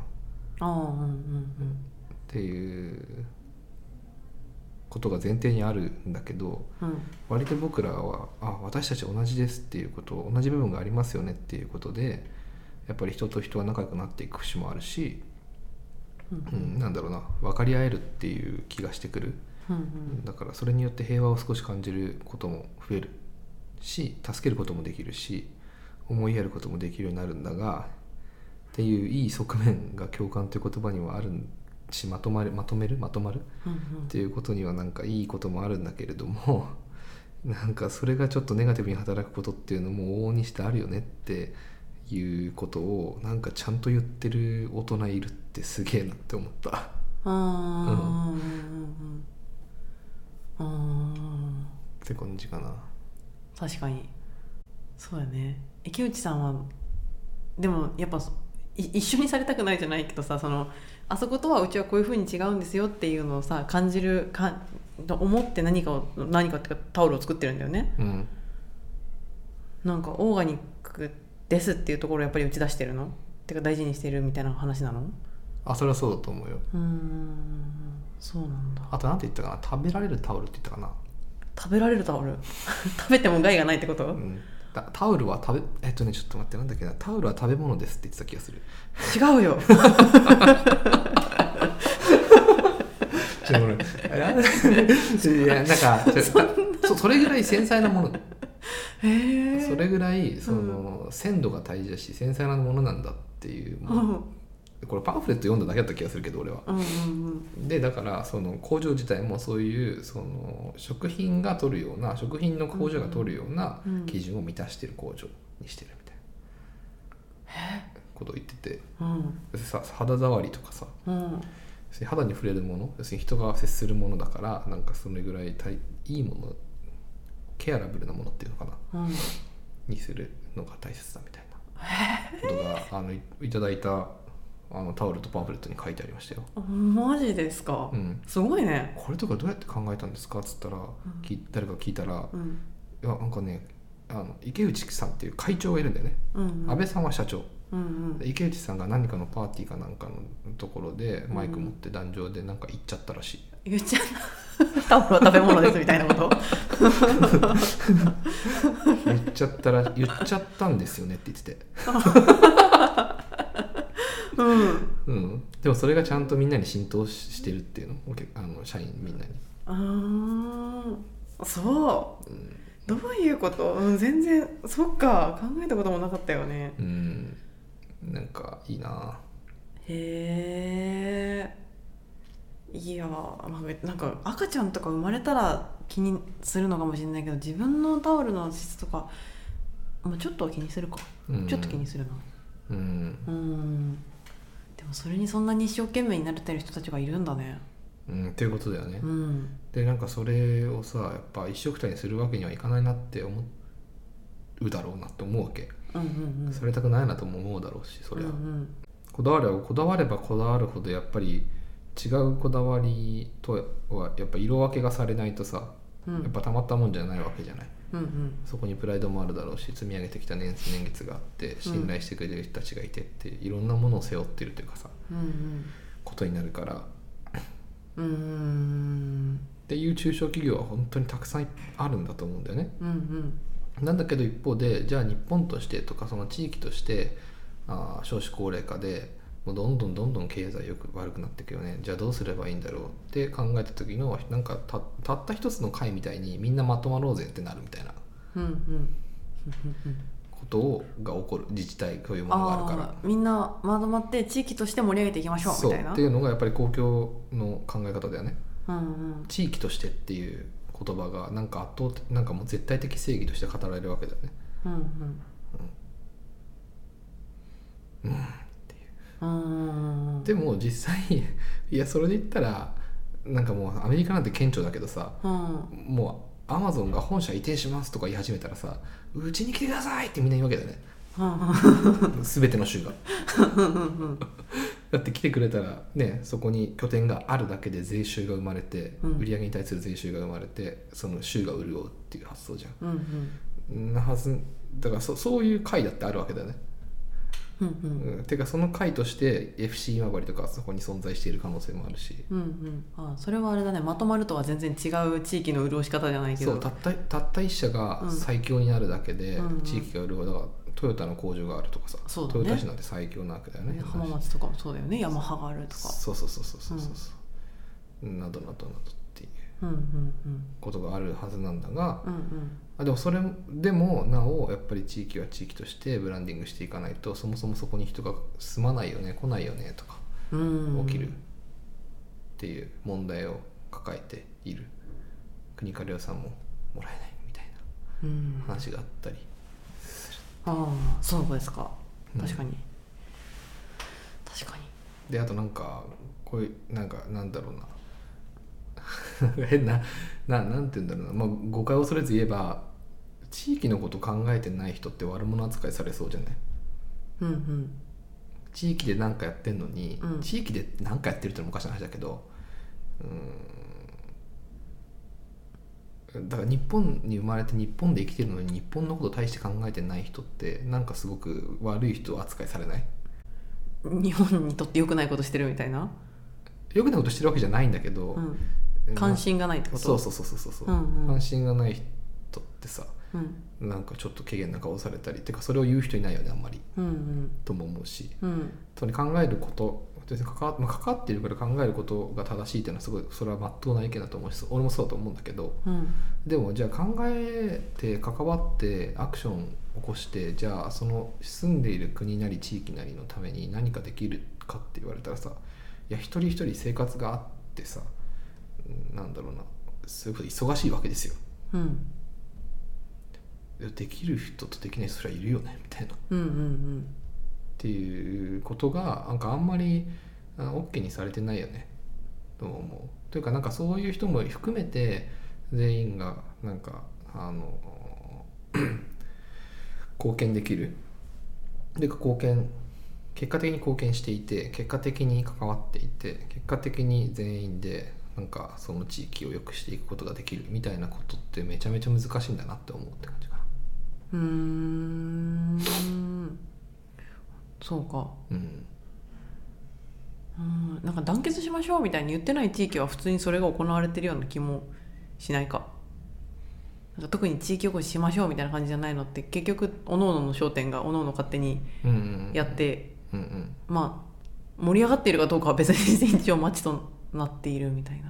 Speaker 2: っていうことが前提にあるんだけど、割と僕らは私たち同じですっていうこと、同じ部分がありますよねっていうことでやっぱり人と人は仲良くなっていく節もあるし、なんだろうな、分かり合えるっていう気がしてくる、だからそれによって平和を少し感じることも増えるし、助けることもできるし、思いやることもできるようになるんだがっていういい側面が共感という言葉にはあるし、まとまるっていうことにはなんかいいこともあるんだけれども、なんかそれがちょっとネガティブに働くことっていうのも往々にしてあるよねっていうことをなんかちゃんと言ってる大人いるってすげえなって思った。って感じかな。
Speaker 1: 確かにそうだね。池内さんはでもやっぱ一緒にされたくないじゃないけどさ、あそことはうちはこういう風に違うんですよっていうのをさ感じるか思って何かっていうかタオルを作ってるんだよね、なんかオーガニックですっていうところをやっぱり打ち出してるのってか大事にしてるみたいな話なの？
Speaker 2: それはそうだと思うよ。
Speaker 1: そうなんだ。
Speaker 2: あとなんて言ったかな、食べられるタオルって言ったかな。
Speaker 1: 食べられるタオル食べても害がないってこと？
Speaker 2: タオルはちょっと待って、なんだっけな、タオルは食べ物ですって言ってた気がする。
Speaker 1: 違うよ
Speaker 2: いやなんかそれぐらい繊細なもの、それぐらい鮮度が大事だし繊細なものなんだっていう、これパンフレット読んだだけだった気がするけど俺は、でだからその工場自体もそういう食品が取るような、食品の工場が取るような基準を満たしてる工場にしてるみたいなことを言ってて、肌触りとかさ、肌に触れるもの、要するに人が接するものだから、なんかそれぐらいいいもの、ケアラブルなものっていうのかな、にするのが大切だみたいな。 ことがいただいたタオルとパンフレットに書いてありましたよ。
Speaker 1: マジですか、すごいね。
Speaker 2: これとかどうやって考えたんですかっつったら、誰か聞いたら、いやなんかね池内さんっていう会長がいるんだよね、安倍さんは社長、池内さんが何かのパーティーかなんかのところでマイク持って壇上でなんか言っちゃったらしい。
Speaker 1: 言っちゃったタオルは食べ物ですみたいなこと
Speaker 2: 言っちゃったんですよねって言っててでもそれがちゃんとみんなに浸透してるっていうの、社員みんなに。
Speaker 1: そう、どういうこと、全然そっか、考えたこともなかったよね。
Speaker 2: なんかいいな。
Speaker 1: へえ。いや、なんか赤ちゃんとか生まれたら気にするのかもしれないけど、自分のタオルの質とか、ちょっとは気にするか、ちょっと気にするな。でもそれにそんなに一生懸命になれてる人たちがいるんだね。
Speaker 2: っていうことだよね。でなんかそれをさ、やっぱ一緒くたにするわけにはいかないなって思うだろうなって思うわけ、されたくないなとも思うだろうし、それは、こだわればこだわるほどやっぱり違うこだわりとはやっぱ色分けがされないとさ、やっぱたまったもんじゃないわけじゃない、そこにプライドもあるだろうし、積み上げてきた年月があって信頼してくれる人たちがいてっていろんなものを背負ってるというかさ、ことになるからっていう中小企業は本当にたくさんあるんだと思うんだよね、なんだけど一方で、じゃあ日本としてとかその地域として少子高齢化でもうどんどん経済悪くなっていくよね、じゃあどうすればいいんだろうって考えた時の、なんか たった一つの会みたいにみんなまとまろうぜってなるみたいなことが起こる、自治体こういうものがあるから、
Speaker 1: みんなまとまって地域として盛り上げていきましょうみたいな、
Speaker 2: そうっていうのがやっぱり公共の考え方だよね、地域としてっていう言葉がなんかなんかもう絶対的正義として語られるわけだよね。でも実際いやそれで言ったらなんかもうアメリカなんて顕著だけどさ、もうアマゾンが本社移転しますとか言い始めたらさ、うちに来てくださいってみんな言うわけだよね、全ての州がだって来てくれたらね、そこに拠点があるだけで税収が生まれて、売り上げに対する税収が生まれて、その州が潤うっていう発想じゃん、なはずだからそういう会だってあるわけだよね。てかその会として FC 今治とかそこに存在している可能性もあるし、
Speaker 1: それはあれだね、まとまるとは全然違う地域の潤し方じゃないけど、
Speaker 2: そうたった一社が最強になるだけで地域が潤う。だからトヨタの工場があるとかさ、
Speaker 1: そうだね、
Speaker 2: トヨタ市なんて最強なわけだよね。
Speaker 1: 浜松とかもそうだよね、ヤマハがあるとか、
Speaker 2: そうなどっていうことがあるはずなんだが、でもそれでもなおやっぱり地域は地域としてブランディングしていかないと、そもそもそこに人が住まないよね、来ないよねとか起きるっていう問題を抱えている。国から予算ももらえないみたいな話があったりする。
Speaker 1: そうですか、確かに、
Speaker 2: であとなんかこういうなんだろうな変ななんて言うんだろうな、誤解を恐れず言えば地域のこと考えてない人って悪者扱いされそうじゃない、地域で何かやってんのに、地域で何かやってるってのもおかしな話だけど、だから日本に生まれて日本で生きてるのに日本のこと大して考えてない人ってなんかすごく悪い人扱いされない？
Speaker 1: 日本にとって良くないことしてるみたいな。
Speaker 2: 良くないことしてるわけじゃないんだけど、
Speaker 1: 関心がないってこと？
Speaker 2: そう、関心がない人ってさ、なんかちょっと軽減な顔されたり、てかそれを言う人いないよねあんまり、とも思うし、それ考えること関わっているから考えることが正しいっていうのはすごいそれは真っ当な意見だと思うし、俺もそうだと思うんだけど、でもじゃあ考えて関わってアクション起こして、じゃあその住んでいる国なり地域なりのために何かできるかって言われたらさ、いや一人一人生活があってさ、なんだろうな、すごい忙しいわけですよ、できる人とできない人はいるよねみたいな、っていうことがなんかあんまりOK にされてないよねと思う。というかなんかそういう人も含めて全員がなんか貢献できるで結果的に貢献していて、結果的に関わっていて、結果的に全員でなんかその地域を良くしていくことができるみたいなことってめちゃめちゃ難しいんだなって思うって感じかな。
Speaker 1: そうか。なんか団結しましょうみたいに言ってない地域は普通にそれが行われてるような気もしないか。なんか特に地域おこししましょうみたいな感じじゃないのって、結局各々の商店が各々勝手にやって、まあ盛り上がっているかどうかは別に一応町となっているみたいな。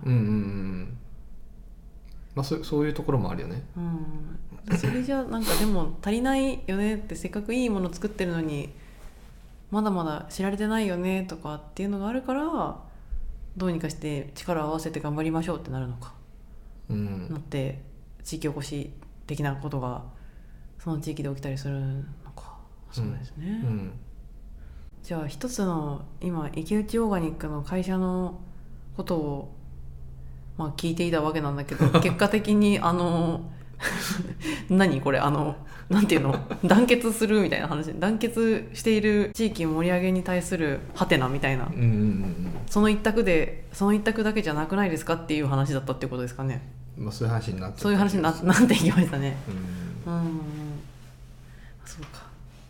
Speaker 2: まあそういうところもあるよね。
Speaker 1: それじゃなんかでも足りないよねって、せっかくいいもの作ってるのにまだまだ知られてないよねとかっていうのがあるから、どうにかして力を合わせて頑張りましょうってなるのか。なって地域おこし的なことがその地域で起きたりするのか。そうですね。じゃあ一つの今池内オーガニックの会社のことをまあ聞いていたわけなんだけど、結果的に何これなんていうの、団結するみたいな話、団結している地域盛り上げに対するハテナみたいな、その一択だけじゃなくないですかっていう話だったっていうことですかね。
Speaker 2: まあ、そういう話になって
Speaker 1: そういう話になっていきましたね。そうか。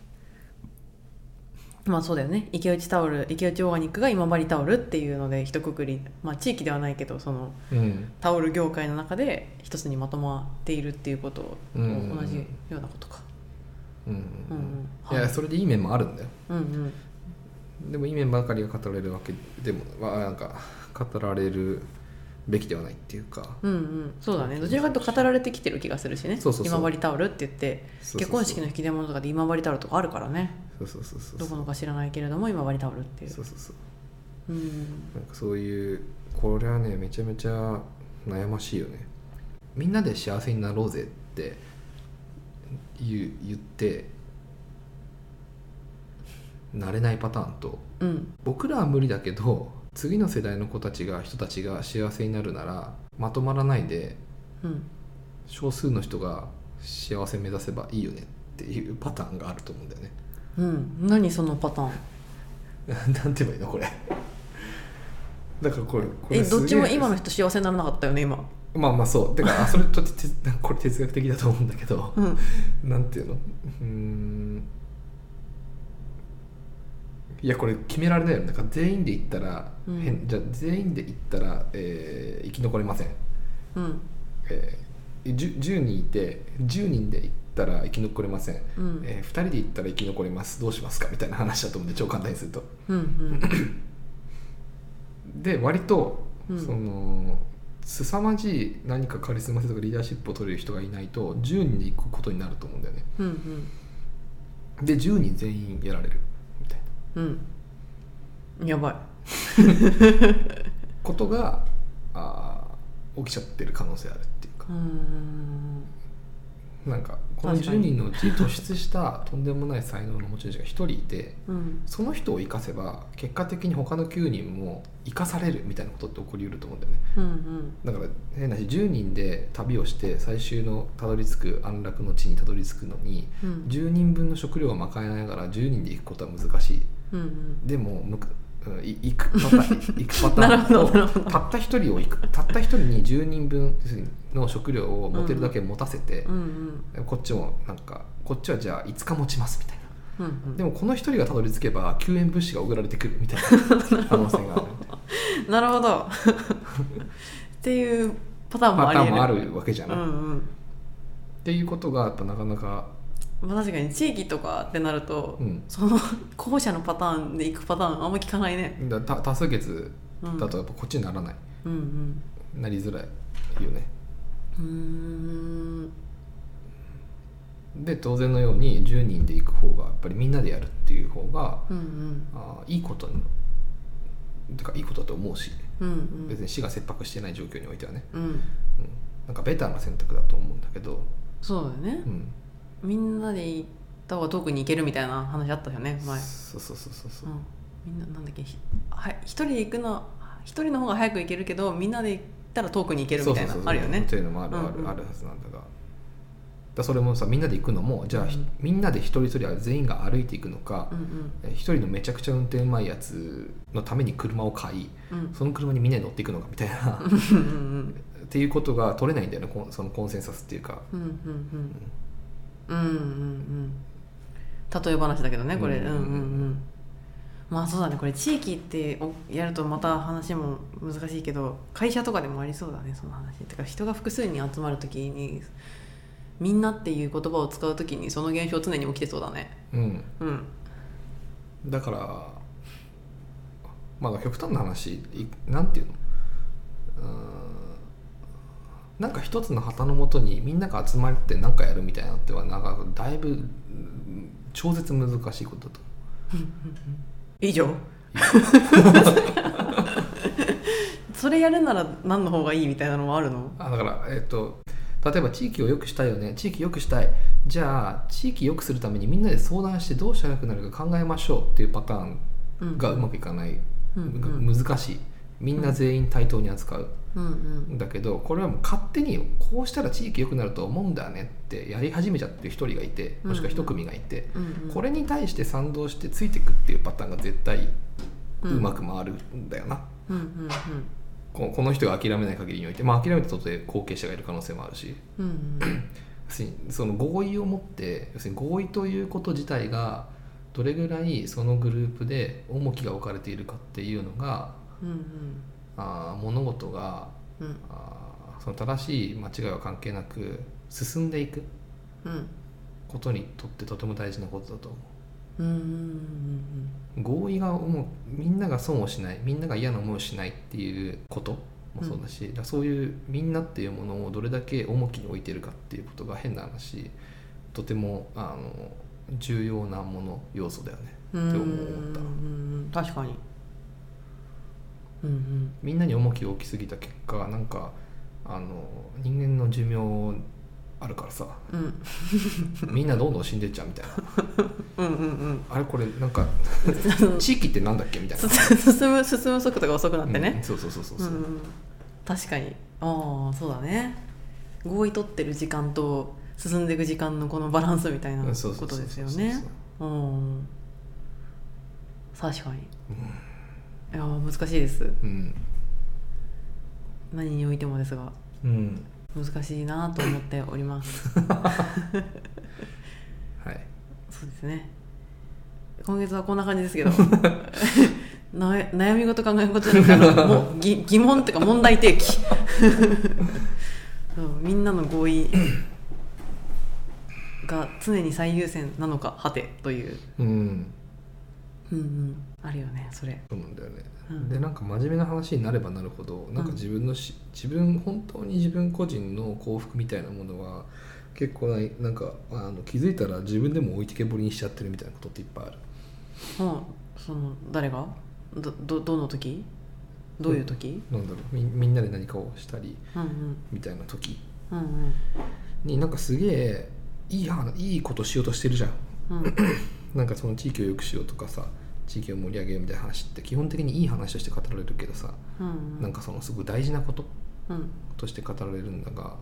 Speaker 1: まあそうだよね。池内オーガニックが今治タオルっていうので一括り、まあ地域ではないけどその、タオル業界の中で一つにまとまっているっていうことと同じようなことか。
Speaker 2: いやそれでいい面もあるんだよ。でもいい面ばかりが語られるわけでもなんか語られるべきではないっていうか。
Speaker 1: そうだね。どちらかというと語られてきてる気がするしね。今治タオルって言って結婚式の引き出物とかで今治タオルとかあるからね。どこのか知らないけれども今治タオルっていう。なんか
Speaker 2: そういう、これはねめちゃめちゃ悩ましいよね。みんなで幸せになろうぜって言ってなれないパターンと、僕らは無理だけど次の世代の人たちが幸せになるならまとまらないで、少数の人が幸せ目指せばいいよねっていうパターンがあると思うんだよね。
Speaker 1: 何そのパターン
Speaker 2: なんて言えばいいのこれ。だからこれ
Speaker 1: どっちも今の人幸せにならなかったよね今。
Speaker 2: まあそうだからそれとこれ哲学的だと思うんだけど、なんていうの、いやこれ決められないよね。だから全員で行ったら、じゃあ全員で行ったら、生き残れません。10人いて10人で行ったら生き残れません。2人で行ったら生き残れます。どうしますかみたいな話だと思うんで、超簡単にすると。で割とその凄まじい何かカリスマ性とかリーダーシップを取れる人がいないと10人で行くことになると思うんだよね。で10人全員やられるみたいな、
Speaker 1: やばい
Speaker 2: ことが起きちゃってる可能性あるっていうか。なんかこの10人のうち突出したとんでもない才能の持ち主が1人いて、その人を生かせば結果的に他の9人も生かされるみたいなことって起こりうると思うんだよね。だから変な話、10人で旅をして最終のたどり着く安楽の地にたどり着くのに、10人分の食料を賄いながら10人で行くことは難しい。でも行くパターンをたった一人に10人分の食料を持てるだけ持たせて、こっちはじゃあ5日持ちますみたいな、でもこの一人がたどり着けば救援物資が送られてくるみたいな可能性がある
Speaker 1: なるほどっていうパターンもある
Speaker 2: わけじゃない、っていうことがやっぱなかなか
Speaker 1: 確かに地域とかってなると、その候補者のパターンで行くパターンあんま聞かないね。
Speaker 2: 多数決だとやっぱこっちにならない、なりづらいよね。で当然のように10人で行く方がやっぱりみんなでやるっていう方が、いいことだと思うし、別に死が切迫してない状況においてはね、なんかベターな選択だと思うんだけど。
Speaker 1: そうだよね、みんなで行った方が遠くに行けるみたいな話あったよね前。
Speaker 2: そう、
Speaker 1: みんななんだっけ、一人で行くの一人の方が早く行けるけどみんなで行ったら遠くに行けるみたいなあるよね。
Speaker 2: というのもあるはずなんだが、 だそれもさみんなで行くのもじゃあ、みんなで一人一人は全員が歩いていくのか、一人のめちゃくちゃ運転うまいやつのために車を買い、その車にみんなで乗っていくのかみたいなっていうことが取れないんだよね、そのコンセンサスっていうか。
Speaker 1: 例え話だけどねこれ。まあそうだね、これ地域ってやるとまた話も難しいけど、会社とかでもありそうだねその話。てか人が複数に集まるときにみんなっていう言葉を使うときにその現象常に起きてそうだね。
Speaker 2: だからまあ極端な話なんていうの、なんか一つの旗のもとにみんなが集まって何かやるみたいなのってはなんかだいぶ超絶難しいことだと
Speaker 1: 以上それやるなら何の方がいいみたいなのもあるの？
Speaker 2: だから例えば地域を良くしたいよね、地域良くしたい、じゃあ地域良くするためにみんなで相談してどうしたら良くなるか考えましょうっていうパターンがうまくいかない、難しい、みんな全員対等に扱う、だけどこれはもう勝手にこうしたら地域良くなると思うんだよねってやり始めちゃってる一人がいて、もしくは一組がいて、これに対して賛同してついていくっていうパターンが絶対うまく回るんだよな。この人が諦めない限りにおいて、諦めたとて後継者がいる可能性もあるし、要するにその合意を持って、要するに合意ということ自体がどれぐらいそのグループで重きが置かれているかっていうのが、物事が、その正しい間違いは関係なく進んでいくことにとってとても大事なことだと思う。合意がみんなが損をしない、みんなが嫌な思いをしないっていうこともそうだし、そういうみんなっていうものをどれだけ重きに置いているかっていうことが変な話とても重要な要素だよねって思った。
Speaker 1: 確かに。
Speaker 2: みんなに重きを置きすぎた結果、なんか人間の寿命あるからさ、みんなどんどん死んでっちゃうみたいなあれこれなんか地域ってなんだっけみたいな
Speaker 1: 進む速度が遅くなってね、
Speaker 2: そう、
Speaker 1: 確かに。そうだね、合意取ってる時間と進んでいく時間のこのバランスみたいなことですよね。確かに。いや難しいです、何においてもですが、難しいなと思っておりますはい、そうですね。今月はこんな感じですけど悩み事考え事じゃなくてもう疑問っていうか問題提起みんなの合意が常に最優先なのかはてという、あるよねそれ。
Speaker 2: そうなんだよね、でなんか真面目な話になればなるほどなんか自分本当に自分個人の幸福みたいなものは結構なんか気づいたら自分でも置いてけぼりにしちゃってるみたいなことっていっぱいある。
Speaker 1: その誰がどの時、どういう時、
Speaker 2: なんだろう、みんなで何かをしたり、みたいな時、になんかすげえいいことしようとしてるじゃん、なんかその地域を良くしようとかさ、地域を盛り上げようみたいな話って基本的にいい話として語られるけどさ、なんかそのすごい大事なこと、として語られるんだが、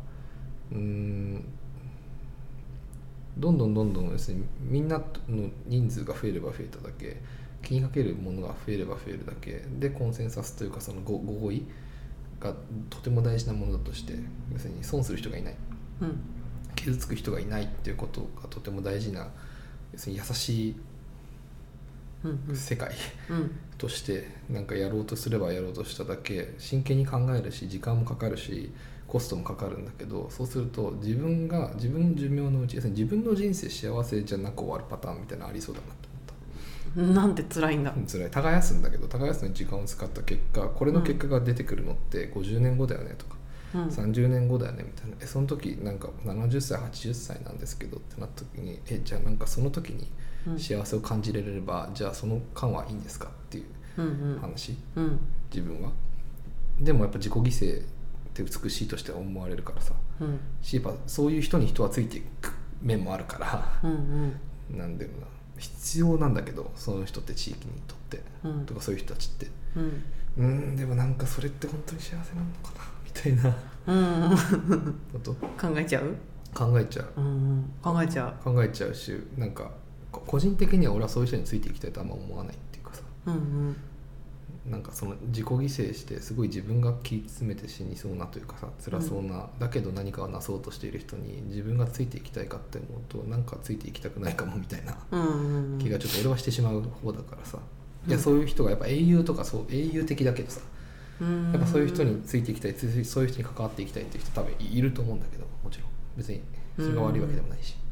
Speaker 2: どんどん要するにみんなの人数が増えれば増えただけ、気にかけるものが増えれば増えるだけでコンセンサスというかその合意がとても大事なものだとして、要するに損する人がいない、傷つく人がいないっていうことがとても大事な、要するに優しい世界としてなんかやろうとすればやろうとしただけ真剣に考えるし時間もかかるしコストもかかるんだけど、そうすると自分の寿命のうち、要するに自分の人生幸せじゃなく終わるパターンみたいなのありそうだなと思った。
Speaker 1: なんて辛いんだ。
Speaker 2: 辛い、耕すんだけど耕すのに時間を使った結果これの結果が出てくるのって50年後だよねとか、30年後だよねみたいな、その時なんか70歳80歳なんですけどってなった時にじゃあなんかその時に幸せを感じられれば、じゃあその間はいいんですかっていう話、自分はでもやっぱ自己犠牲って美しいとして思われるからさ、やっぱそういう人に人はついていく面もあるから、なんだろうな、必要なんだけどその人って地域にとって、とかそういう人たちって、でもなんかそれって本当に幸せなのかなみたいな、こと
Speaker 1: 考えちゃう。
Speaker 2: 考えちゃう、
Speaker 1: 考えちゃ
Speaker 2: うし、なんか個人的には俺はそういう人についていきたいとあんま思わないっていうかさ、なんかその自己犠牲してすごい自分が切り詰めて死にそうなというかさ、辛そうな、だけど何かをなそうとしている人に自分がついていきたいかって思うと、なんかついていきたくないかもみたいな気がちょっと俺はしてしまう方だからさ、いやそういう人がやっぱ英雄とか英雄的だけどさ、やっぱそういう人についていきたい、そういう人に関わっていきたいっていう人多分いると思うんだけど、もちろん別にそれが悪いわけでもないし、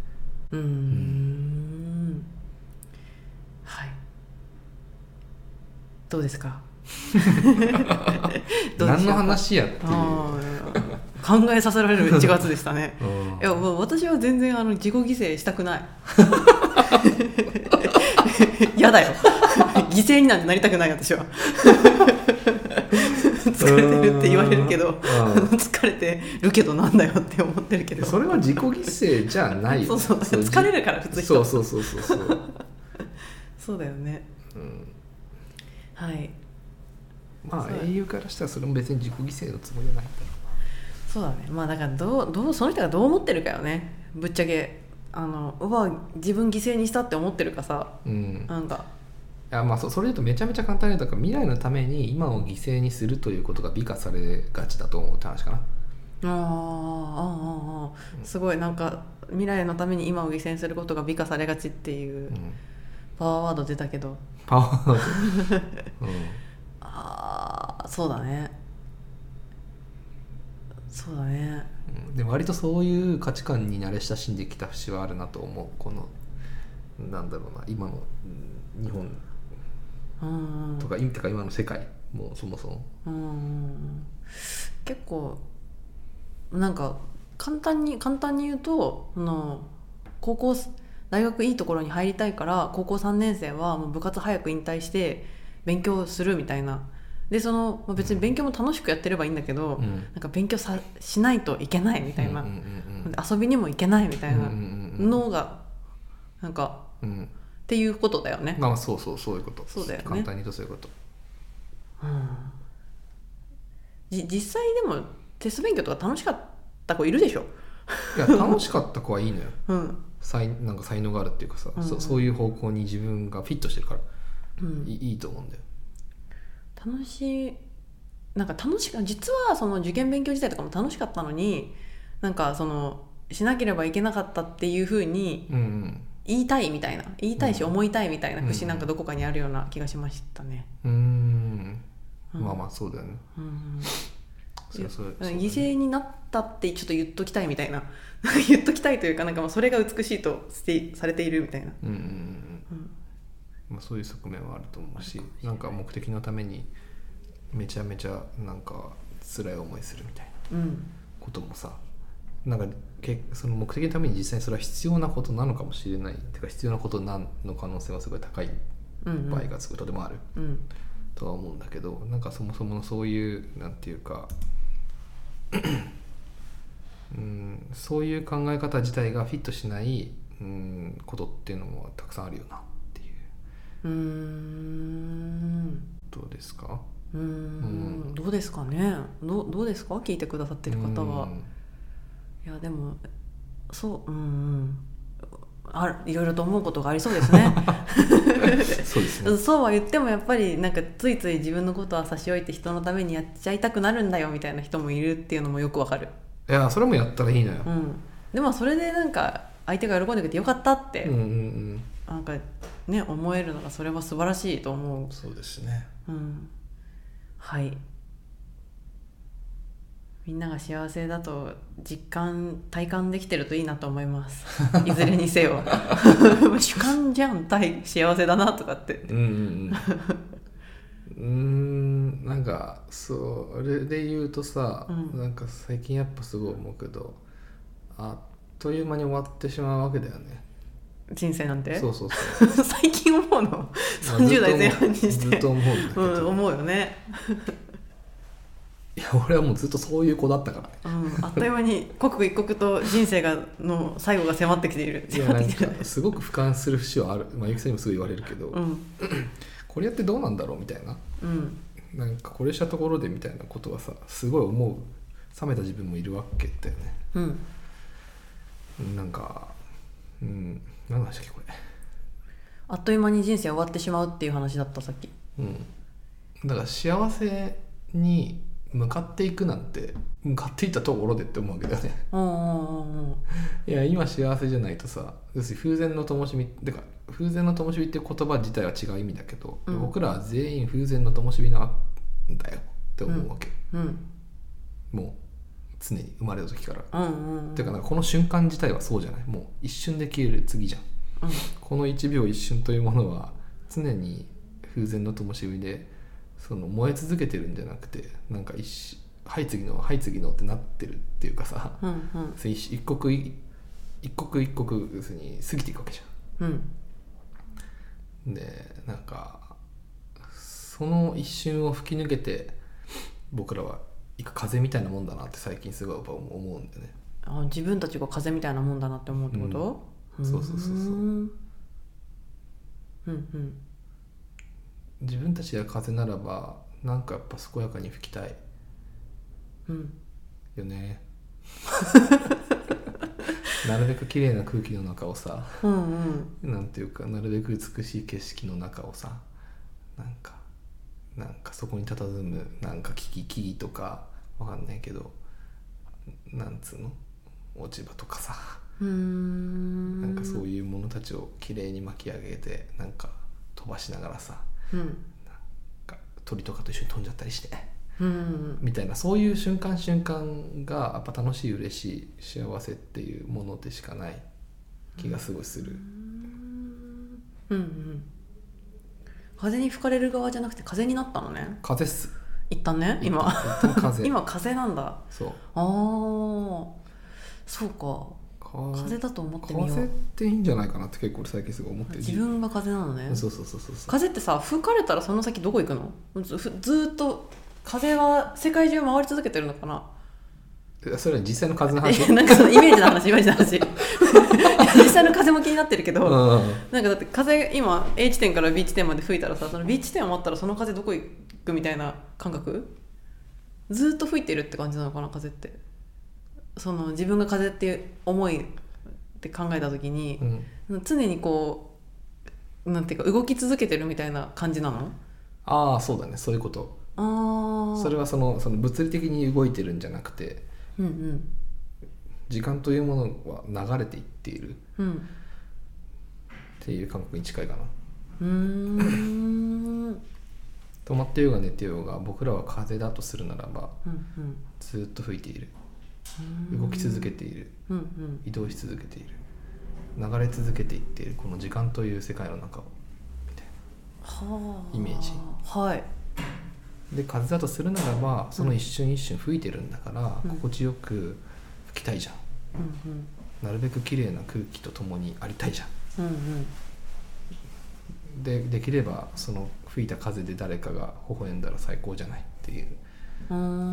Speaker 1: はい、どうですか
Speaker 2: 何の話やっていう
Speaker 1: 考えさせられる1月でしたねいや私は全然自己犠牲したくないやだよ犠牲になんてなりたくない私は疲れてるって言われるけど疲れてるけどなんだよって思ってるけど、
Speaker 2: それは自己犠牲じゃないよ
Speaker 1: そう疲れるから普通人
Speaker 2: そう
Speaker 1: そうだよね、はい、
Speaker 2: まあ英雄からしたらそれも別に自己犠牲のつもりはないんだろうな。
Speaker 1: そうだね、まあだからその人がどう思ってるかよね、ぶっちゃけ自分犠牲にしたって思ってるかさ、なんか
Speaker 2: いやまあそれだとめちゃめちゃ簡単に言うと、未来のために今を犠牲にするということが美化されがちだと思うって話かな。
Speaker 1: すごいなんか未来のために今を犠牲にすることが美化されがちっていう、パワーワード出たけど、
Speaker 2: パワーワード
Speaker 1: そうだね、
Speaker 2: でも割とそういう価値観に慣れ親しんできた節はあるなと思う。このなんだろうな、今の日本とか今の世界もそもそも
Speaker 1: 結構なんか簡単に言うと、大学いいところに入りたいから高校3年生はもう部活早く引退して勉強するみたいな。で別に勉強も楽しくやってればいいんだけど、なんか勉強しないといけないみたいな、遊びにも行けないみたいなのがなんか、っていうことだよね。
Speaker 2: まあそういうこと。
Speaker 1: そうだよね。
Speaker 2: 簡単に言うとそういうこと。
Speaker 1: 実際でもテスト勉強とか楽しかった子いるでしょ。
Speaker 2: いや楽しかった子はいいのよ。なんか才能があるっていうかさ、そういう方向に自分がフィットしてるから、いいと思うんだよ。実はその受験勉強自体とかも楽しかったのに、なんかしなければいけなかったっていう風に言いたいし思いたいみたいな節なんかどこかにあるような気がしましたね。 まあそうだよね。
Speaker 1: 犠牲になったってちょっと言っときたいみたいな言っときたいというか、なんかそれが美しいとされているみたいな、
Speaker 2: まあ、そういう側面はあると思うし、なんか目的のためにめちゃめちゃなんか辛い思いするみたいなこともさ、なんかその目的のために実際にそれは必要なことなのかもしれないっていうか、必要なことの可能性はすごい高い場合がとてもある、とは思うんだけど、なんかそもそものそういうなんていうかそういう考え方自体がフィットしないことっていうのもたくさんあるよなっていう。どうですか？
Speaker 1: どうですかね。どうですか？聞いてくださってる方は。いやでもいろいろと思うことがありそうですね。
Speaker 2: そうですね。
Speaker 1: そうは言ってもやっぱりなんかついつい自分のことは差し置いて人のためにやっちゃいたくなるんだよみたいな人もいるっていうのもよくわかる。
Speaker 2: いやそれもやったらいいのよ。
Speaker 1: でもそれでなんか相手が喜んでくれてよかったって、なんかね思えるのがそれは素晴らしいと思う。
Speaker 2: そうですね。
Speaker 1: はい。みんなが幸せだと体感できてるといいなと思います。いずれにせよ主観じゃん幸せだなとかって
Speaker 2: なんかそれで言うとさ、なんか最近やっぱすごい思うけど、あっという間に終わってしまうわけだよね、
Speaker 1: 人生なんて。
Speaker 2: そう
Speaker 1: 最近思うの30代前半にして
Speaker 2: ずっと思うんだけど、
Speaker 1: 思うよね。
Speaker 2: いや俺はもうずっとそういう子だったから、
Speaker 1: あっという間に刻一刻と人生の最後が迫ってきている。
Speaker 2: いやなんかすごく俯瞰する節はある、ゆきさんにもすぐ言われるけど、これやってどうなんだろうみたいな、なんかこれしたところでみたいなことはさすごい思う冷めた自分もいるわけだよね。 なんか何の話だっけこれ。
Speaker 1: あっという間に人生終わってしまうっていう話だったさっき。
Speaker 2: だから幸せに向かっていくなんて向かっていったところでって思うわけだよね。いや今幸せじゃないとさ、要するに風前の灯火ってか風前の灯火っていう言葉自体は違う意味だけど、僕らは全員風前の灯火なんだよって思うわけ、もう常に生まれた時から、てかなんかこの瞬間自体はそうじゃない、もう一瞬で消える次じゃん、この一秒一瞬というものは常に風前の灯火でその燃え続けてるんじゃなくて、なんかはい次のはい次のってなってるっていうかさ、一刻一刻要するに過ぎていくわけじゃん、でなんかその一瞬を吹き抜けて僕らは一個風みたいなもんだなって最近すごい思うんだよね。
Speaker 1: 自分たちが風みたいなもんだなって思うってこと、
Speaker 2: そう自分たちが風ならばなんかやっぱ健やかに吹きたい、よねなるべく綺麗な空気の中をさ、なんていうかなるべく美しい景色の中をさ、なんかそこに佇むなんか木々とかわかんないけどなんつうの落ち葉とかさ、なんかそういうものたちを綺麗に巻き上げてなんか飛ばしながらさ、なんか鳥とかと一緒に飛んじゃったりして、みたいなそういう瞬間がやっぱ楽しい嬉しい幸せっていうものでしかない気がすごいする。
Speaker 1: 風に吹かれる側じゃなくて風になったのね。
Speaker 2: 風っす
Speaker 1: 一旦ね、今
Speaker 2: 風
Speaker 1: 今風なんだ。
Speaker 2: そう
Speaker 1: そうか、風だと思ってみよう。
Speaker 2: 風っていいんじゃないかなって結構最近すごい思ってる。
Speaker 1: 自分が風なのね。
Speaker 2: そう
Speaker 1: 風ってさ、吹かれたらその先どこ行くの？ずっと風は世界中回り続けてるのかな。
Speaker 2: それは実際の風の話
Speaker 1: なんかそのイメージの話実際の風も気になってるけど、なんかだって風今 A 地点から B 地点まで吹いたらさ、その B 地点を待ったらその風どこ行くみたいな感覚、ずっと吹いてるって感じなのかな風って。その自分が風っていう思いって考えた時に、常にこうなんていうか動き続けてるみたいな感じなの？
Speaker 2: ああそうだね、そういうこと。それはその物理的に動いてるんじゃなくて、時間というものは流れていっている、っていう感覚に近いかな。止まってようが寝てようが僕らは風だとするならば、ずっと吹いている、動き続けている、移動し続けている、流れ続けていっているこの時間という世界の中をみたいなイメージ、で風だとするならばその一瞬一瞬吹いてるんだから、心地よく吹きたいじゃん、なるべく綺麗な空気とともにありたいじゃん、できればその吹いた風で誰かが微笑んだら最高じゃないっていうこと。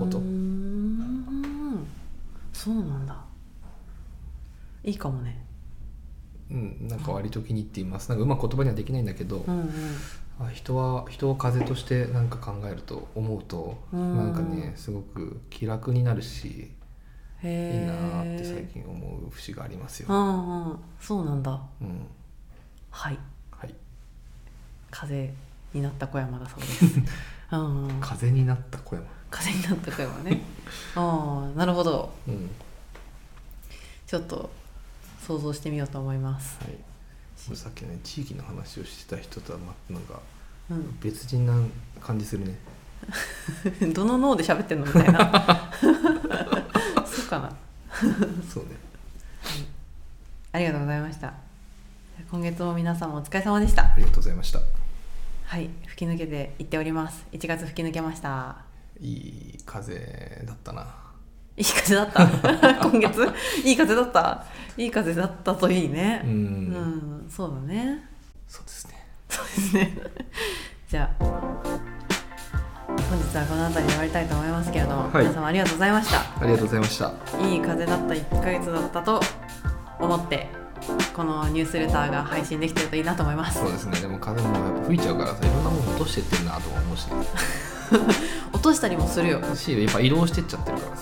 Speaker 1: そうなんだ、いいかもね。
Speaker 2: なんか割と気に入っています。なんかうまく言葉にはできないんだけど、人を風としてなんか考えると思うと、なんかねすごく気楽になるし、いいなって最近思う節がありますよ。
Speaker 1: そうなんだ。はい、風になった小山だそうです
Speaker 2: 風になった小山
Speaker 1: ねなるほど、ちょっと想像してみようと思います。
Speaker 2: さっきね地域の話をしてた人とはなんか別人な感じするね
Speaker 1: どの脳で喋ってんのみたいなそうかな
Speaker 2: そうね、
Speaker 1: ありがとうございました。今月も皆様お疲れ様でした。
Speaker 2: ありがとうございました。
Speaker 1: はい、吹き抜けていっております。1月吹き抜けました。
Speaker 2: いい風だったな。
Speaker 1: いい風だった今月いい風だった。いい風だったといいね。そうだね。
Speaker 2: そうです
Speaker 1: ねじゃあ本日はこの辺りで終わりたいと思いますけれども、皆様ありがとうございました。
Speaker 2: ありがとうございました。
Speaker 1: いい風だった1ヶ月だったと思ってこのニュースレターが配信できてるといいなと思います。
Speaker 2: そうですね。でも風もやっぱ吹いちゃうからさ、いろんなもの落としてってんなと思うし、ね、
Speaker 1: 落としたりもするよ
Speaker 2: し、やっぱ移動してっちゃってるからさ、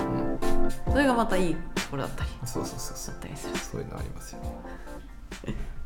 Speaker 1: それがまたいいところだったり、
Speaker 2: そうだったりする。
Speaker 1: そういうのありますよね。